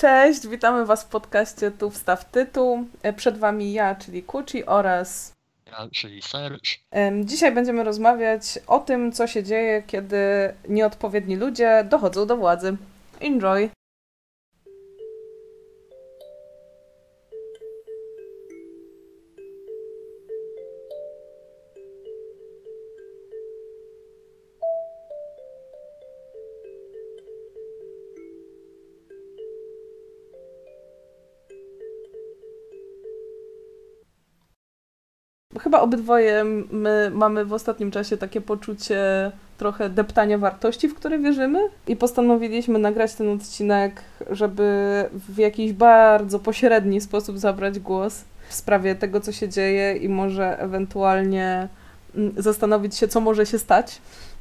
Cześć, witamy Was w podcaście Tu Wstaw Tytuł. Przed Wami ja, czyli Kuci oraz... Ja, czyli Serge. Dzisiaj będziemy rozmawiać o tym, co się dzieje, kiedy nieodpowiedni ludzie dochodzą do władzy. Enjoy! Chyba obydwoje my mamy w ostatnim czasie takie poczucie trochę deptania wartości, w które wierzymy i postanowiliśmy nagrać ten odcinek, żeby w jakiś bardzo pośredni sposób zabrać głos w sprawie tego, co się dzieje i może ewentualnie zastanowić się, co może się stać.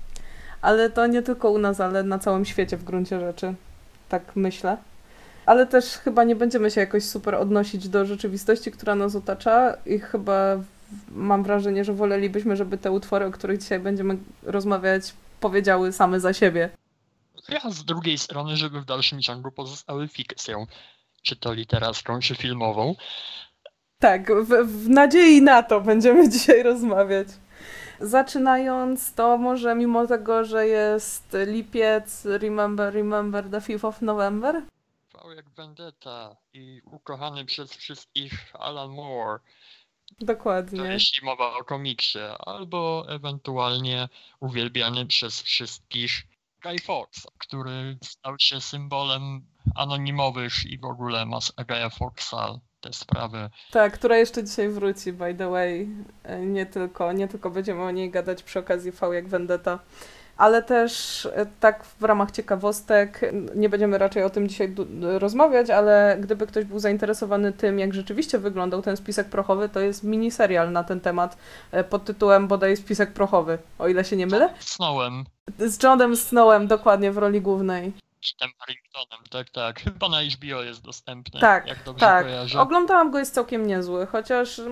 Ale to nie tylko u nas, ale na całym świecie w gruncie rzeczy. Tak myślę. Ale też chyba nie będziemy się jakoś super odnosić do rzeczywistości, która nas otacza i chyba mam wrażenie, że wolelibyśmy, żeby te utwory, o których dzisiaj będziemy rozmawiać, powiedziały same za siebie. Ja z drugiej strony, żeby w dalszym ciągu pozostały fikcją, czy to literacką, czy filmową. Tak, w nadziei na to będziemy dzisiaj rozmawiać. Zaczynając, to może mimo tego, że jest lipiec, remember the 5th of November? V jak Vendetta i ukochany przez wszystkich Alan Moore, to Dokładnie. jeśli mowa o komiksie, albo ewentualnie uwielbiany przez wszystkich Guy Fawkes, który stał się symbolem anonimowych i w ogóle mas Guy'a Fawkesa, te sprawy. Tak, która jeszcze dzisiaj wróci, by the way. Nie tylko będziemy o niej gadać przy okazji V jak Vendetta, ale też tak w ramach ciekawostek, nie będziemy raczej o tym dzisiaj rozmawiać, ale gdyby ktoś był zainteresowany tym, jak rzeczywiście wyglądał ten spisek prochowy, to jest miniserial na ten temat pod tytułem bodaj Spisek prochowy, o ile się nie mylę. Snowem. Z Johnem Snowem, dokładnie w roli głównej. Tim Harringtonem, tak. Chyba na HBO jest dostępny, Tak, jak dobrze tak. kojarzę. Oglądałam go, jest całkiem niezły, chociaż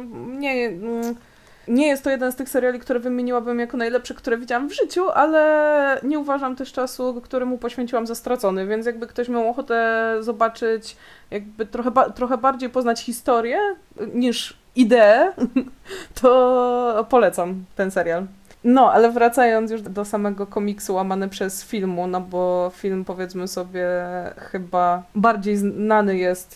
nie jest to jeden z tych seriali, które wymieniłabym jako najlepsze, które widziałam w życiu, ale nie uważam też czasu, który mu poświęciłam za stracony, więc jakby ktoś miał ochotę zobaczyć, jakby trochę bardziej poznać historię niż ideę, to polecam ten serial. No, ale wracając już do samego komiksu łamany przez filmu, no bo film, powiedzmy sobie, chyba bardziej znany jest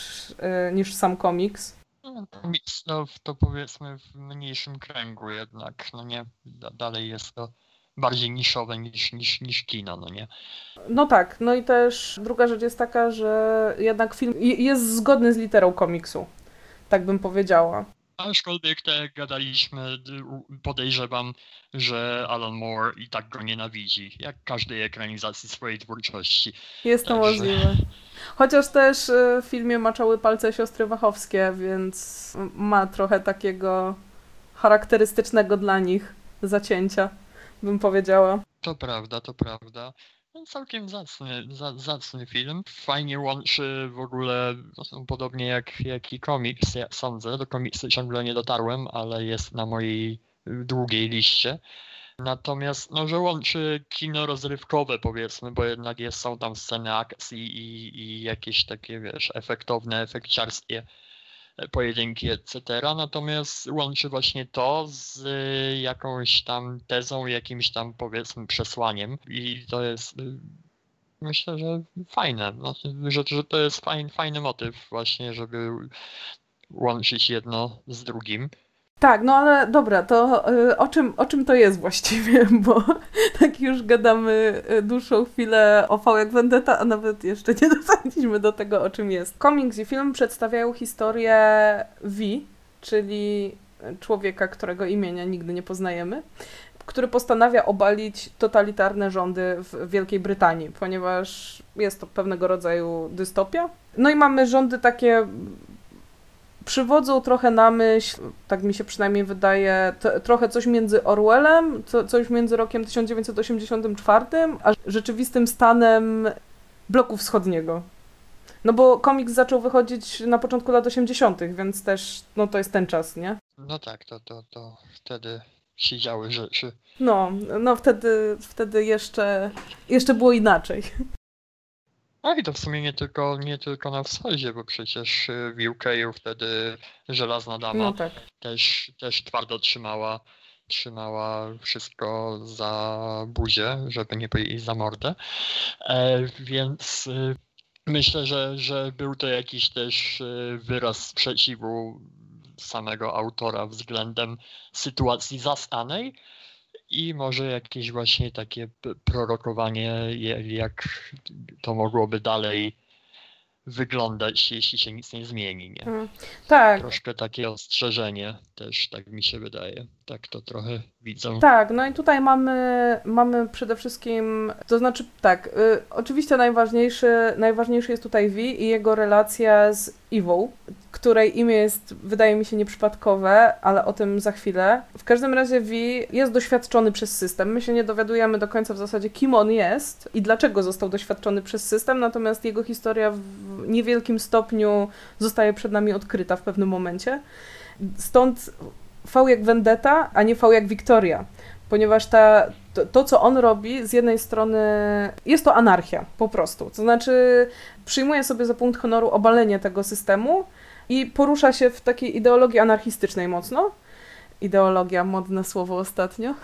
niż sam komiks. No, komiks to powiedzmy w mniejszym kręgu jednak, no nie, dalej jest to bardziej niszowe niż kino, no nie. No tak, no i też druga rzecz jest taka, że jednak film jest zgodny z literą komiksu, tak bym powiedziała. Aczkolwiek tak jak gadaliśmy, podejrzewam, że Alan Moore i tak go nienawidzi, jak każdej ekranizacji swojej twórczości. Jest to Także możliwe. Chociaż też w filmie maczały palce siostry Wachowskie, więc ma trochę takiego charakterystycznego dla nich zacięcia, bym powiedziała. to prawda, to prawda. No, całkiem zacny film. Fajnie łączy w ogóle, podobnie jak i komiks, ja sądzę. Do komiksu ciągle nie dotarłem, ale jest na mojej długiej liście. Natomiast, no, że łączy kino rozrywkowe, powiedzmy, bo jednak są tam sceny akcji i jakieś takie, wiesz, efekciarskie pojedynki, etc. Natomiast łączy właśnie to z jakąś tam tezą, jakimś tam, powiedzmy, przesłaniem i to jest, myślę, że fajne, znaczy, że to jest fajny motyw właśnie, żeby łączyć jedno z drugim. Tak, no ale dobra, to o czym to jest właściwie, bo tak już gadamy dłuższą chwilę o V jak Vendetta, a nawet jeszcze nie dotarliśmy do tego, o czym jest. Komiks i film przedstawiają historię V, czyli człowieka, którego imienia nigdy nie poznajemy, który postanawia obalić totalitarne rządy w Wielkiej Brytanii, ponieważ jest to pewnego rodzaju dystopia. No i mamy rządy takie, przywodzą trochę na myśl, tak mi się przynajmniej wydaje, trochę coś między Orwellem, coś między rokiem 1984, a rzeczywistym stanem bloku wschodniego. No bo komiks zaczął wychodzić na początku lat 80., więc też, no to jest ten czas, nie? No tak, to wtedy się działy rzeczy. No wtedy jeszcze było inaczej. A i to w sumie nie tylko na wschodzie, bo przecież w UK wtedy Żelazna Dama No tak. też twardo trzymała wszystko za buzię, żeby nie powiedzieć za mordę. Więc myślę, że był to jakiś też wyraz sprzeciwu samego autora względem sytuacji zastanej i może jakieś właśnie takie prorokowanie, jak to mogłoby dalej wyglądać, jeśli się nic nie zmieni, nie? Tak. Troszkę takie ostrzeżenie też, tak mi się wydaje. Tak to trochę widzę. Tak, no i tutaj mamy przede wszystkim, to znaczy tak, oczywiście najważniejszy jest tutaj V i jego relacja z Ewą, której imię jest, wydaje mi się, nieprzypadkowe, ale o tym za chwilę. W każdym razie V jest doświadczony przez system. My się nie dowiadujemy do końca w zasadzie, kim on jest i dlaczego został doświadczony przez system, natomiast jego historia w niewielkim stopniu zostaje przed nami odkryta w pewnym momencie. Stąd V jak Vendetta, a nie V jak Victoria, ponieważ to, co on robi, z jednej strony jest to anarchia, po prostu. To znaczy przyjmuje sobie za punkt honoru obalenie tego systemu i porusza się w takiej ideologii anarchistycznej mocno. Ideologia, modne słowo ostatnio.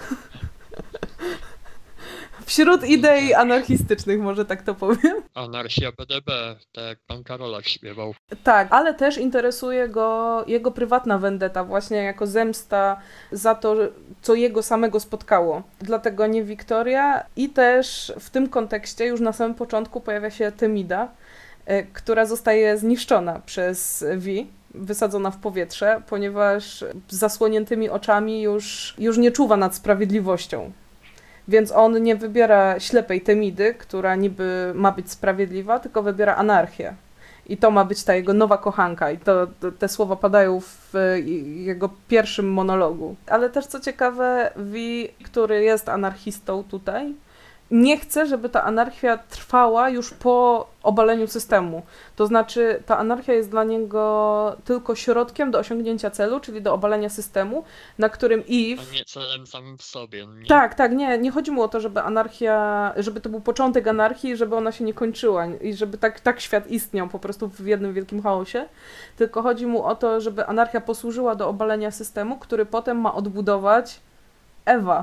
Wśród idei anarchistycznych, może tak to powiem. Anarchia PDB, tak jak pan Karolak śpiewał. Tak, ale też interesuje go jego prywatna vendetta, właśnie jako zemsta za to, co jego samego spotkało. Dlatego nie Victoria i też w tym kontekście już na samym początku pojawia się Temida, która zostaje zniszczona przez V, wysadzona w powietrze, ponieważ z zasłoniętymi oczami już nie czuwa nad sprawiedliwością. Więc on nie wybiera ślepej Temidy, która niby ma być sprawiedliwa, tylko wybiera anarchię. I to ma być ta jego nowa kochanka. I te słowa padają w jego pierwszym monologu. Ale też co ciekawe, V, który jest anarchistą tutaj, nie chce, żeby ta anarchia trwała już po obaleniu systemu. To znaczy, ta anarchia jest dla niego tylko środkiem do osiągnięcia celu, czyli do obalenia systemu, na którym Eve... A nie celem samym w sobie. Nie? Tak, nie chodzi mu o to, żeby to był początek anarchii, żeby ona się nie kończyła i żeby tak świat istniał po prostu w jednym wielkim chaosie, tylko chodzi mu o to, żeby anarchia posłużyła do obalenia systemu, który potem ma odbudować Ewa.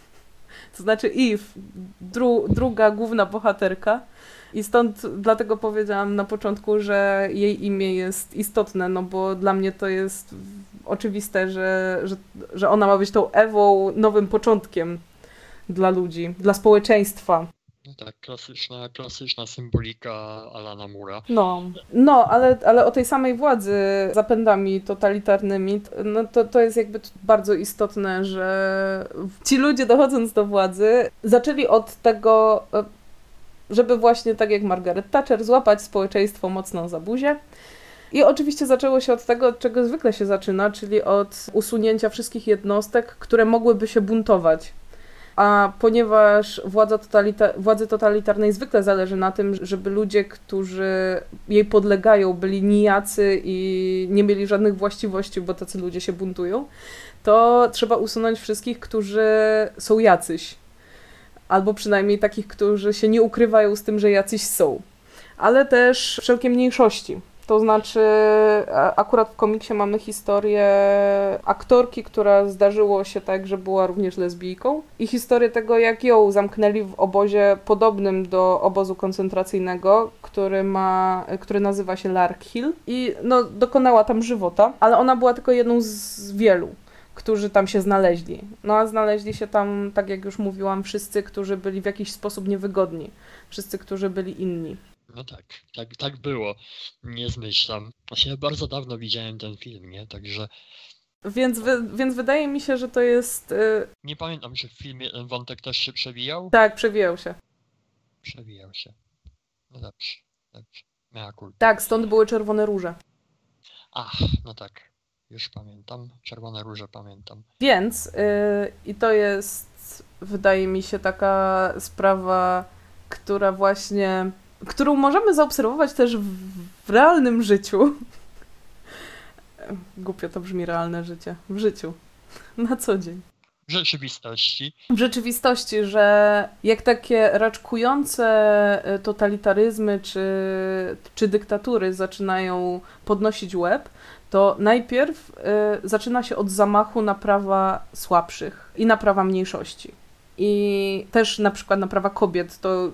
To znaczy Eve, druga główna bohaterka. I stąd dlatego powiedziałam na początku, że jej imię jest istotne, no bo dla mnie to jest oczywiste, że ona ma być tą Ewą, nowym początkiem dla ludzi, dla społeczeństwa. No tak, klasyczna symbolika Alana Moore'a. No, ale o tej samej władzy zapędami totalitarnymi, no to jest jakby bardzo istotne, że ci ludzie dochodząc do władzy zaczęli od tego, żeby właśnie tak jak Margaret Thatcher złapać społeczeństwo mocno za buzię. I oczywiście zaczęło się od tego, od czego zwykle się zaczyna, czyli od usunięcia wszystkich jednostek, które mogłyby się buntować. A ponieważ władzy totalitarnej zwykle zależy na tym, żeby ludzie, którzy jej podlegają, byli nijacy i nie mieli żadnych właściwości, bo tacy ludzie się buntują, to trzeba usunąć wszystkich, którzy są jacyś. Albo przynajmniej takich, którzy się nie ukrywają z tym, że jacyś są. Ale też wszelkie mniejszości. To znaczy, akurat w komiksie mamy historię aktorki, która zdarzyło się tak, że była również lesbijką i historię tego, jak ją zamknęli w obozie podobnym do obozu koncentracyjnego, który nazywa się Larkhill i no, dokonała tam żywota, ale ona była tylko jedną z wielu, którzy tam się znaleźli. No a znaleźli się tam, tak jak już mówiłam, wszyscy, którzy byli w jakiś sposób niewygodni. Wszyscy, którzy byli inni. No tak było. Nie zmyślam. Właśnie bardzo dawno widziałem ten film, nie? Także... Więc wydaje mi się, że to jest... Nie pamiętam, czy w filmie ten wątek też się przewijał? Tak, przewijał się. Przewijał się. No dobrze. Mea culpa. Tak, stąd były czerwone róże. Ach, no tak. Już pamiętam. Czerwone róże pamiętam. Więc i to jest, wydaje mi się, taka sprawa, którą możemy zaobserwować też w realnym życiu. Głupio to brzmi, realne życie. W życiu. Na co dzień. w rzeczywistości. W rzeczywistości, że jak takie raczkujące totalitaryzmy czy dyktatury zaczynają podnosić łeb, to najpierw zaczyna się od zamachu na prawa słabszych i na prawa mniejszości. I też na przykład na prawa kobiet. To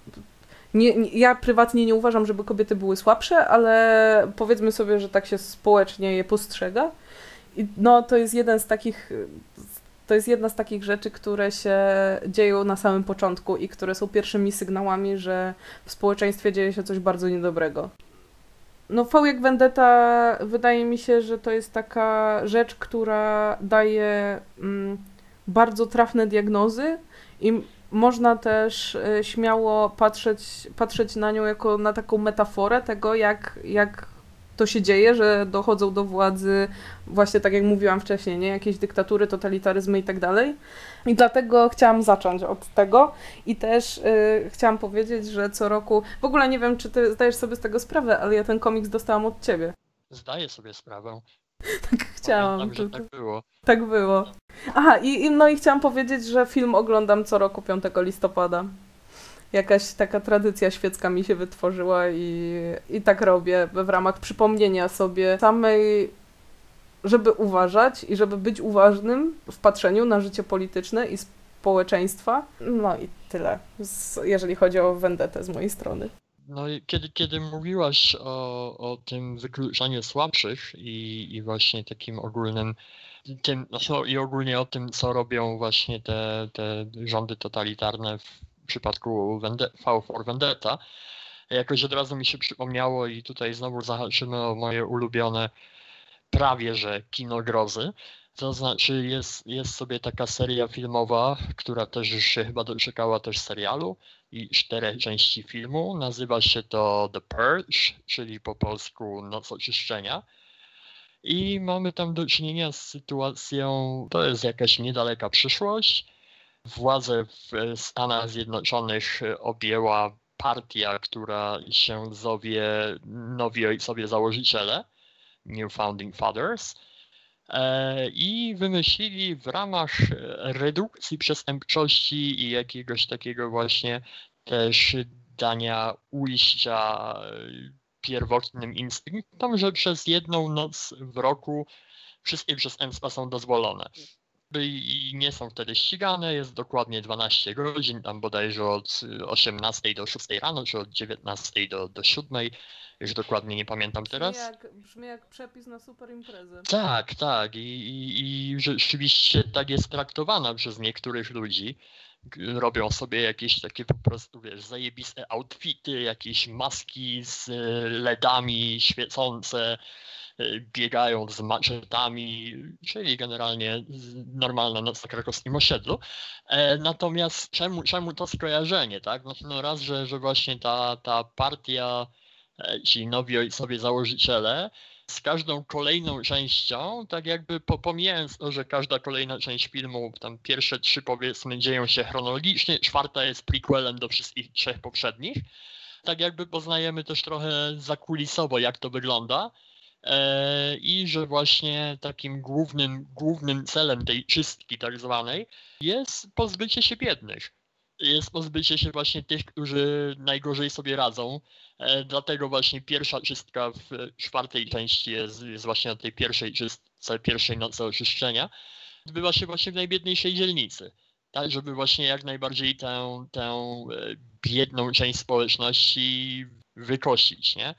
ja prywatnie nie uważam, żeby kobiety były słabsze, ale powiedzmy sobie, że tak się społecznie je postrzega. I no, to jest jedna z takich rzeczy, które się dzieją na samym początku i które są pierwszymi sygnałami, że w społeczeństwie dzieje się coś bardzo niedobrego. No, V jak Vendetta wydaje mi się, że to jest taka rzecz, która daje bardzo trafne diagnozy i można też śmiało patrzeć na nią jako na taką metaforę tego, jak to się dzieje, że dochodzą do władzy właśnie tak jak mówiłam wcześniej, nie? Jakieś dyktatury, totalitaryzmy i tak dalej. I dlatego chciałam zacząć od tego i też chciałam powiedzieć, że co roku, w ogóle nie wiem, czy ty zdajesz sobie z tego sprawę, ale ja ten komiks dostałam od ciebie. Zdaję sobie sprawę. Tak chciałam. Pamiętam, że tak było. Tak było. Aha, i chciałam powiedzieć, że film oglądam co roku 5 listopada. Jakaś taka tradycja świecka mi się wytworzyła i tak robię w ramach przypomnienia sobie samej, żeby uważać i żeby być uważnym w patrzeniu na życie polityczne i społeczeństwa. No i tyle, jeżeli chodzi o Vendettę z mojej strony. No i kiedy mówiłaś o tym wykluczaniu słabszych i właśnie takim ogólnym tym, no i ogólnie o tym, co robią właśnie te rządy totalitarne w przypadku V for Vendetta, jakoś od razu mi się przypomniało i tutaj znowu zahaczymy o moje ulubione prawie że kino grozy. To znaczy jest sobie taka seria filmowa, która też już się chyba doczekała też serialu i 4 części filmu. Nazywa się to The Purge, czyli po polsku Noc Oczyszczenia. I mamy tam do czynienia z sytuacją, to jest jakaś niedaleka przyszłość. Władzę w Stanach Zjednoczonych objęła partia, która się zowie Nowi Ojcowie Założyciele, New Founding Fathers, i wymyślili w ramach redukcji przestępczości i jakiegoś takiego właśnie też dania ujścia pierwotnym instynktom, że przez jedną noc w roku wszystkie przestępstwa są dozwolone. I nie są wtedy ścigane, jest dokładnie 12 godzin, tam bodajże od 18 do 6 rano, czy od 19 do 7, już dokładnie nie pamiętam teraz. Brzmi jak przepis na super imprezę. Tak. I rzeczywiście tak jest traktowana przez niektórych ludzi. Robią sobie jakieś takie po prostu, wiesz, zajebiste outfity, jakieś maski z LEDami świecące, biegają z maczetami, czyli generalnie normalna noc na krakowskim osiedlu. Natomiast czemu to skojarzenie, tak? No raz, że właśnie ta partia, ci nowi ojcowie założyciele, z każdą kolejną częścią, tak jakby pomijając to, że każda kolejna część filmu, tam pierwsze 3 powiedzmy dzieją się chronologicznie, 4 jest prequelem do wszystkich 3 poprzednich, tak jakby poznajemy też trochę zakulisowo jak to wygląda. I że właśnie takim głównym celem tej czystki tak zwanej jest pozbycie się biednych. Jest pozbycie się właśnie tych, którzy najgorzej sobie radzą. Dlatego właśnie pierwsza czystka w 4 części jest właśnie na tej pierwszej czystce, pierwszej nocy oczyszczenia. Odbywa się właśnie w najbiedniejszej dzielnicy. Tak, żeby właśnie jak najbardziej tę biedną część społeczności wykosić, nie?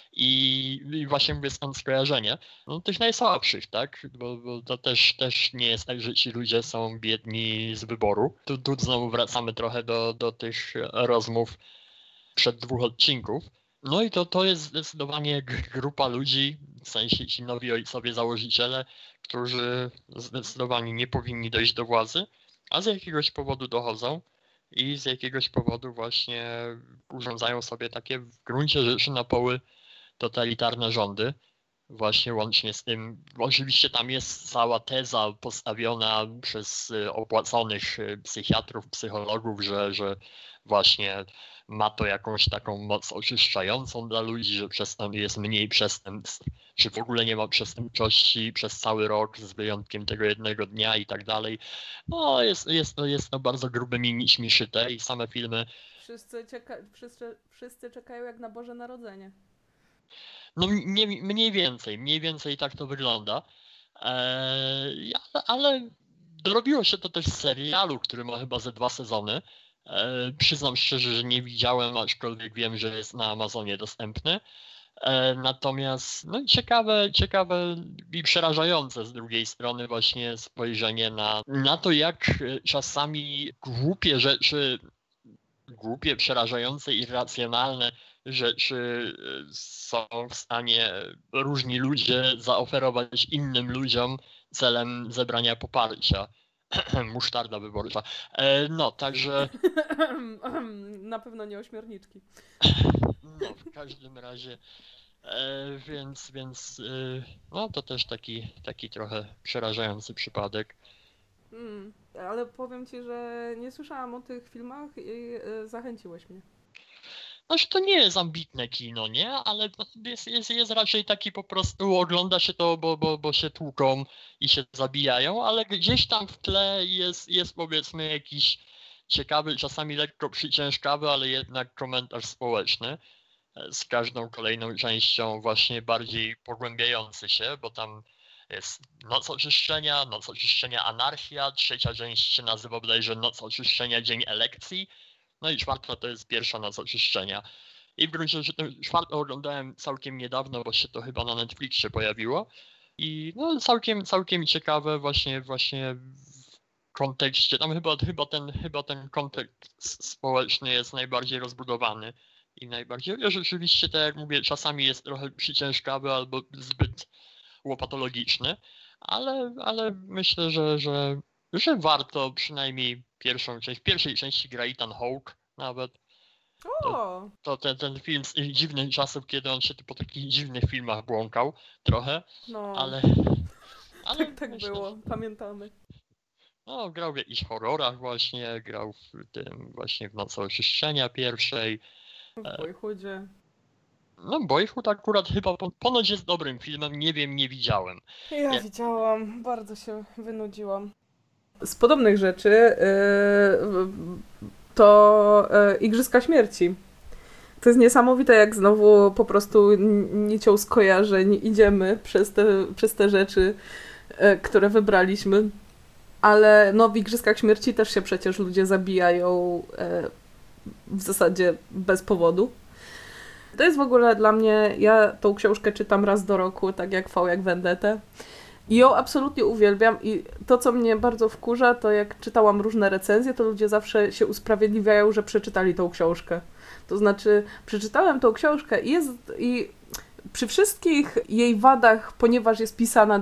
I właśnie mówię stąd skojarzenie, no tych najsłabszych, tak? Bo to też nie jest tak, że ci ludzie są biedni z wyboru. Tu znowu wracamy trochę do tych rozmów przed 2 odcinków. No i to jest zdecydowanie grupa ludzi, w sensie ci nowi ojcowie założyciele, którzy zdecydowanie nie powinni dojść do władzy, a z jakiegoś powodu dochodzą i z jakiegoś powodu właśnie urządzają sobie takie w gruncie rzeczy na poły totalitarne rządy, właśnie łącznie z tym, oczywiście tam jest cała teza postawiona przez opłaconych psychiatrów, psychologów, że właśnie ma to jakąś taką moc oczyszczającą dla ludzi, że przez to jest mniej przestępstw, czy w ogóle nie ma przestępczości przez cały rok, z wyjątkiem tego jednego dnia i tak dalej. No jest to bardzo grubymi nićmi szyte i same filmy. Wszyscy czekają jak na Boże Narodzenie. No mniej więcej tak to wygląda. Ale dorobiło się to też z serialu, który ma chyba ze 2 sezony. Przyznam szczerze, że nie widziałem, aczkolwiek wiem, że jest na Amazonie dostępny. Natomiast no ciekawe i przerażające z drugiej strony właśnie spojrzenie na to, jak czasami głupie, przerażające, irracjonalne rzeczy są w stanie różni ludzie zaoferować innym ludziom celem zebrania poparcia. Musztarda wyborcza. No, także... Na pewno nie ośmiorniczki. No, w każdym razie... Więc no to też taki trochę przerażający przypadek. Ale powiem ci, że nie słyszałam o tych filmach i zachęciłeś mnie. Znaczy to nie jest ambitne kino, nie? Ale jest raczej taki po prostu, ogląda się to, bo się tłuką i się zabijają, ale gdzieś tam w tle jest powiedzmy jakiś ciekawy, czasami lekko przyciężkawy, ale jednak komentarz społeczny. Z każdą kolejną częścią właśnie bardziej pogłębiający się, bo tam jest Noc Oczyszczenia, Anarchia, 3. część się nazywa bodajże Noc Oczyszczenia, Dzień Elekcji, no i 4. to jest pierwsza Noc Oczyszczenia. I w gruncie rzeczy 4. oglądałem całkiem niedawno, bo się to chyba na Netflixie pojawiło i no całkiem ciekawe właśnie w kontekście, tam chyba ten kontekst społeczny jest najbardziej rozbudowany. I najbardziej, rzeczywiście, tak jak mówię, czasami jest trochę przyciężkawy albo zbyt łopatologiczny, ale myślę, że warto przynajmniej w pierwszej części gra Ethan Hawke nawet. To ten film z dziwnych czasów, kiedy on się po takich dziwnych filmach błąkał trochę, ale tak myślę, było, pamiętamy. No, grał w jakichś horrorach właśnie, grał w tym właśnie w Nocy Oczyszczenia pierwszej. W Boyhoodzie. No Boyhood akurat chyba ponoć jest dobrym filmem, nie wiem, nie widziałem. Ja widziałam, bardzo się wynudziłam. Z podobnych rzeczy to Igrzyska Śmierci. To jest niesamowite, jak znowu po prostu nicią skojarzeń idziemy przez te rzeczy, które wybraliśmy. Ale no w Igrzyskach Śmierci też się przecież ludzie zabijają w zasadzie bez powodu. To jest w ogóle dla mnie, ja tą książkę czytam raz do roku, tak jak V jak Vendetta. I ją absolutnie uwielbiam i to, co mnie bardzo wkurza, to jak czytałam różne recenzje, to ludzie zawsze się usprawiedliwiają, że przeczytali tą książkę. To znaczy, przeczytałem tą książkę i przy wszystkich jej wadach, ponieważ jest pisana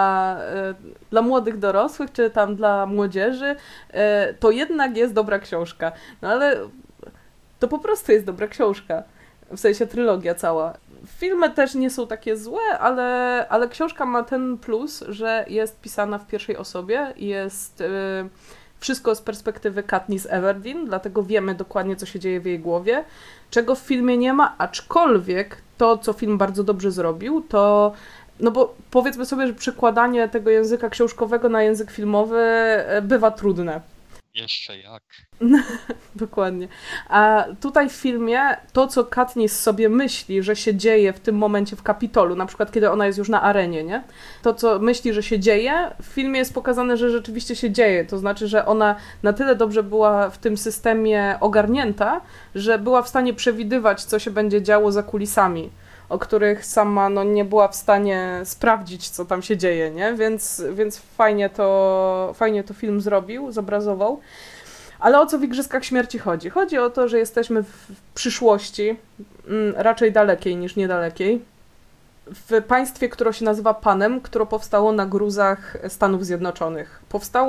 dla młodych dorosłych, czy tam dla młodzieży, to jednak jest dobra książka. No ale to po prostu jest dobra książka. W sensie trylogia cała. Filmy też nie są takie złe, ale książka ma ten plus, że jest pisana w pierwszej osobie i jest wszystko z perspektywy Katniss Everdeen, dlatego wiemy dokładnie, co się dzieje w jej głowie, czego w filmie nie ma, aczkolwiek to, co film bardzo dobrze zrobił, to no bo powiedzmy sobie, że przekładanie tego języka książkowego na język filmowy bywa trudne. Jeszcze jak. Dokładnie. A tutaj w filmie to, co Katniss sobie myśli, że się dzieje w tym momencie w Kapitolu, na przykład kiedy ona jest już na arenie, nie? To, co myśli, że się dzieje, w filmie jest pokazane, że rzeczywiście się dzieje. To znaczy, że ona na tyle dobrze była w tym systemie ogarnięta, że była w stanie przewidywać, co się będzie działo za kulisami, o których sama no, nie była w stanie sprawdzić, co tam się dzieje, nie? Więc fajnie to film zrobił, zobrazował. Ale o co w Igrzyskach Śmierci chodzi? Chodzi o to, że jesteśmy w przyszłości, raczej dalekiej niż niedalekiej, w państwie, które się nazywa Panem, które powstało na gruzach Stanów Zjednoczonych.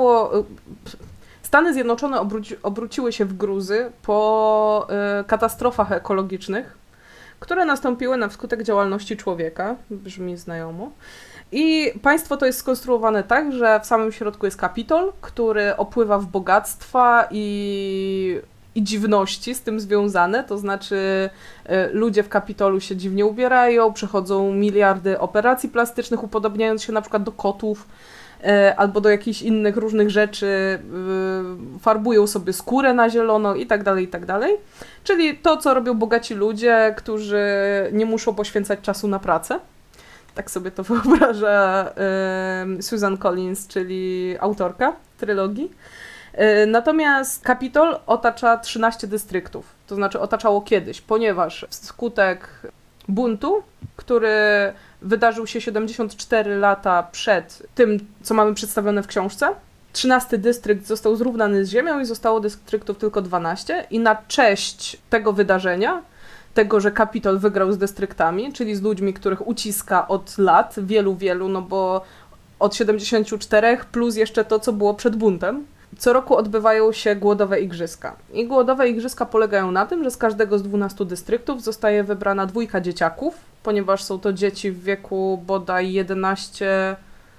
Stany Zjednoczone obróciły się w gruzy po katastrofach ekologicznych, które nastąpiły na skutek działalności człowieka. Brzmi znajomo. I państwo to jest skonstruowane tak, że w samym środku jest Kapitol, który opływa w bogactwa i i dziwności z tym związane, to znaczy ludzie w Kapitolu się dziwnie ubierają, przechodzą miliardy operacji plastycznych, upodobniając się na przykład do kotów, albo do jakichś innych różnych rzeczy, farbują sobie skórę na zielono i tak dalej, i tak dalej. Czyli to, co robią bogaci ludzie, którzy nie muszą poświęcać czasu na pracę. Tak sobie to wyobraża Susan Collins, czyli autorka trylogii. Natomiast Kapitol otacza 13 dystryktów, to znaczy otaczało kiedyś, ponieważ wskutek buntu, który wydarzył się 74 lata przed tym, co mamy przedstawione w książce, 13 dystrykt został zrównany z ziemią i zostało dystryktów tylko 12 i na cześć tego wydarzenia, tego, że Kapitol wygrał z dystryktami, czyli z ludźmi, których uciska od lat, wielu, no bo od 74 plus jeszcze to, co było przed buntem, co roku odbywają się głodowe igrzyska. I głodowe igrzyska polegają na tym, że z każdego z 12 dystryktów zostaje wybrana 2 dzieciaków, ponieważ są to dzieci w wieku bodaj 11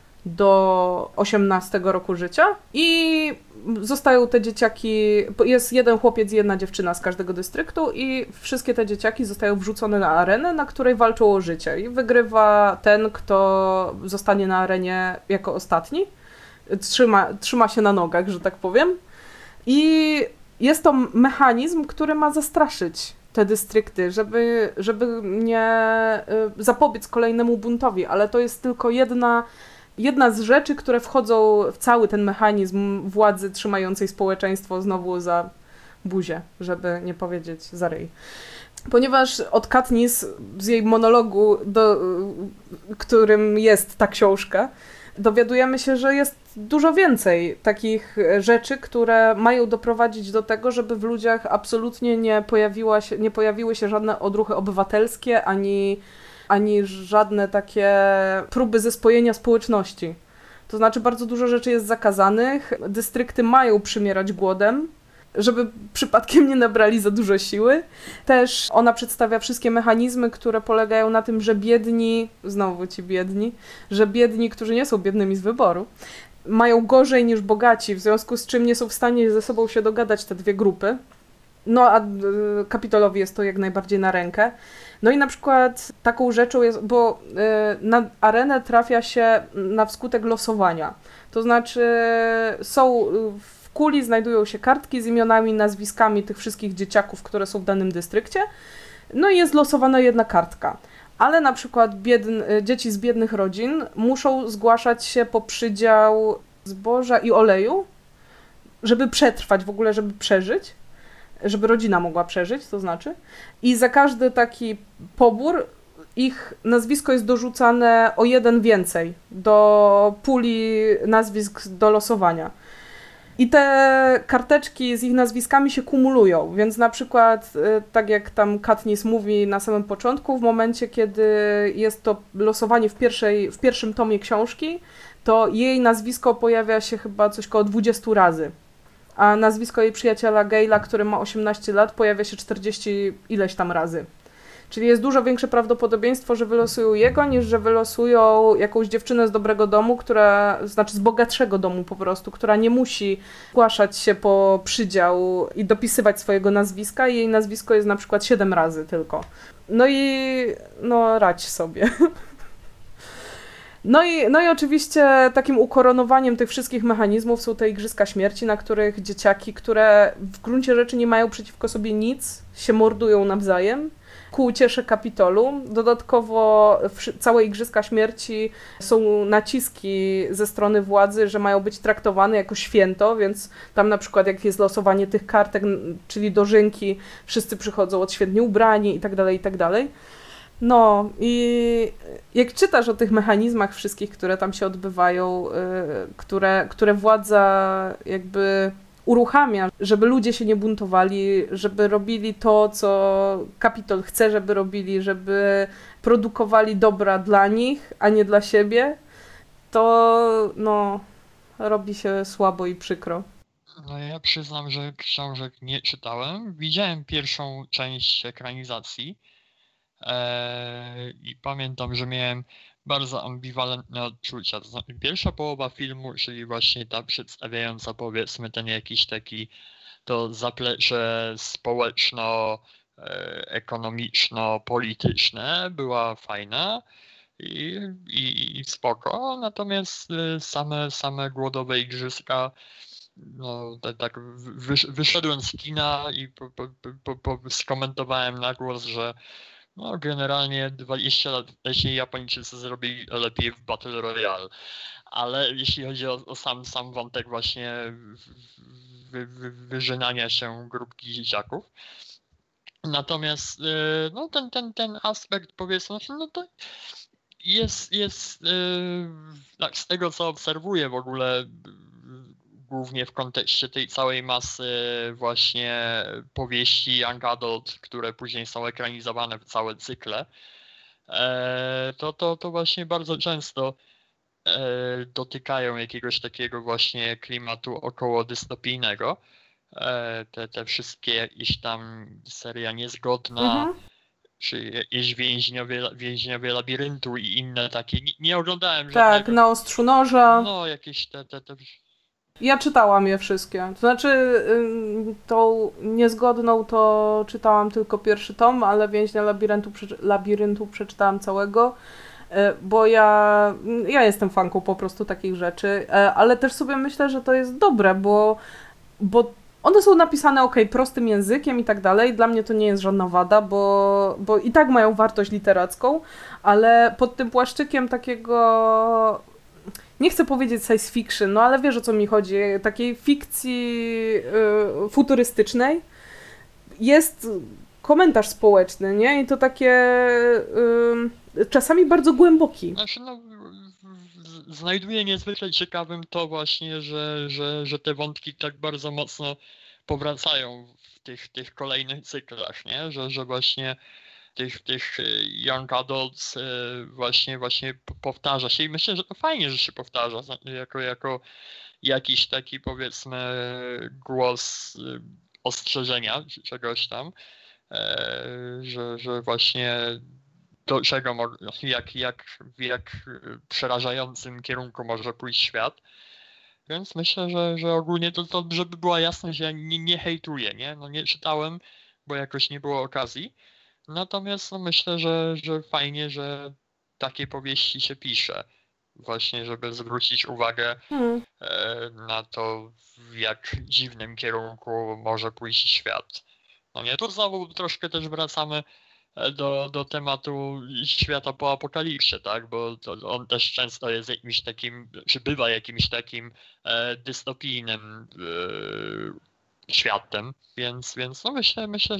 do 18 roku życia i zostają te dzieciaki, jest jeden chłopiec i jedna dziewczyna z każdego dystryktu i wszystkie te dzieciaki zostają wrzucone na arenę, na której walczą o życie i wygrywa ten, kto zostanie na arenie jako ostatni. Trzyma się na nogach, że tak powiem. I jest to mechanizm, który ma zastraszyć te dystrykty, żeby nie zapobiec kolejnemu buntowi, ale to jest tylko jedna z rzeczy, które wchodzą w cały ten mechanizm władzy trzymającej społeczeństwo znowu za buzię, żeby nie powiedzieć za ryj. Ponieważ od Katniss z jej monologu, którym jest ta książka, dowiadujemy się, że jest dużo więcej takich rzeczy, które mają doprowadzić do tego, żeby w ludziach absolutnie nie pojawiły się żadne odruchy obywatelskie, ani żadne takie próby zespojenia społeczności. To znaczy bardzo dużo rzeczy jest zakazanych, dystrykty mają przymierać głodem, żeby przypadkiem nie nabrali za dużo siły. Też ona przedstawia wszystkie mechanizmy, które polegają na tym, że biedni, że biedni, którzy nie są biednymi z wyboru, mają gorzej niż bogaci, w związku z czym nie są w stanie ze sobą się dogadać te dwie grupy. No a Kapitolowi jest to jak najbardziej na rękę. No i na przykład taką rzeczą jest, bo na arenę trafia się na wskutek losowania. To znaczy w kuli znajdują się kartki z imionami, nazwiskami tych wszystkich dzieciaków, które są w danym dystrykcie. No i jest losowana jedna kartka. Ale na przykład dzieci z biednych rodzin muszą zgłaszać się po przydział zboża i oleju, żeby przetrwać w ogóle, żeby przeżyć. Żeby rodzina mogła przeżyć, to znaczy. I za każdy taki pobór ich nazwisko jest dorzucane o 1 więcej do puli nazwisk do losowania. I te karteczki z ich nazwiskami się kumulują, więc na przykład, tak jak tam Katniss mówi na samym początku, w momencie, kiedy jest to losowanie w pierwszym tomie książki, to jej nazwisko pojawia się chyba coś koło 20 razy. A nazwisko jej przyjaciela Gale'a, który ma 18 lat, pojawia się 40 ileś tam razy. Czyli jest dużo większe prawdopodobieństwo, że wylosują jego, niż że wylosują jakąś dziewczynę z dobrego domu, z bogatszego domu po prostu, która nie musi zgłaszać się po przydział i dopisywać swojego nazwiska. Jej nazwisko jest na przykład 7 razy tylko. Radź sobie. No i oczywiście takim ukoronowaniem tych wszystkich mechanizmów są te Igrzyska Śmierci, na których dzieciaki, które w gruncie rzeczy nie mają przeciwko sobie nic, się mordują nawzajem ku uciesze Kapitolu. Dodatkowo całe Igrzyska Śmierci są naciski ze strony władzy, że mają być traktowane jako święto, więc tam na przykład jak jest losowanie tych kartek, czyli dożynki, wszyscy przychodzą odświetnie ubrani i tak dalej. No i jak czytasz o tych mechanizmach wszystkich, które tam się odbywają, które władza jakby uruchamia, żeby ludzie się nie buntowali, żeby robili to, co Kapitol chce, żeby robili, żeby produkowali dobra dla nich, a nie dla siebie, to robi się słabo i przykro. No ja przyznam, że książek nie czytałem. Widziałem pierwszą część ekranizacji. I pamiętam, że miałem bardzo ambiwalentne odczucia. To znaczy, pierwsza połowa filmu, czyli właśnie ta przedstawiająca, powiedzmy, ten jakiś taki to zaplecze społeczno-ekonomiczno-polityczne była fajna i spoko, natomiast same głodowe igrzyska, no tak wyszedłem z kina i skomentowałem na głos, że no generalnie 20 lat wcześniej Japończycy zrobili lepiej w Battle Royale, ale jeśli chodzi o sam wątek właśnie wyżynania się grupki dzieciaków. Natomiast no ten aspekt, powiedzmy, no to jest tak z tego co obserwuję w ogóle, głównie w kontekście tej całej masy właśnie powieści young adult, które później są ekranizowane w całe cykle, to właśnie bardzo często dotykają jakiegoś takiego właśnie klimatu około dystopijnego. Te wszystkie jakieś tam seria Niezgodna, czy jakieś więźniowie labiryntu i inne takie. Nie oglądałem Tak, żadnego. Na ostrzu noża. No, jakieś te. Ja czytałam je wszystkie. To znaczy, tą Niezgodną to czytałam tylko pierwszy tom, ale Więźnia labiryntu przeczytałam całego, bo ja jestem fanką po prostu takich rzeczy, ale też sobie myślę, że to jest dobre, bo one są napisane prostym językiem i tak dalej. Dla mnie to nie jest żadna wada, bo i tak mają wartość literacką, ale pod tym płaszczykiem takiego, nie chcę powiedzieć science fiction, no ale wiesz o co mi chodzi, takiej fikcji futurystycznej jest komentarz społeczny, nie? I to takie czasami bardzo głęboki. Znaczy, no, znajduję niezwykle ciekawym to właśnie, że te wątki tak bardzo mocno powracają w tych kolejnych cyklach, nie? Że właśnie tych young adults właśnie powtarza się i myślę, że to fajnie, że się powtarza jako jakiś taki, powiedzmy, głos ostrzeżenia czegoś tam, że właśnie do czego, w jak przerażającym kierunku może pójść świat. Więc myślę, że ogólnie to żeby była jasność, ja nie hejtuję, nie? No nie czytałem, bo jakoś nie było okazji. Natomiast no myślę, że fajnie, że takie powieści się pisze. Właśnie, żeby zwrócić uwagę na to, w jak dziwnym kierunku może pójść świat. No nie, tu znowu troszkę też wracamy do tematu świata po apokalipsie, tak? Bo on też często jest jakimś takim, czy bywa jakimś takim dystopijnym światem, więc no myślę,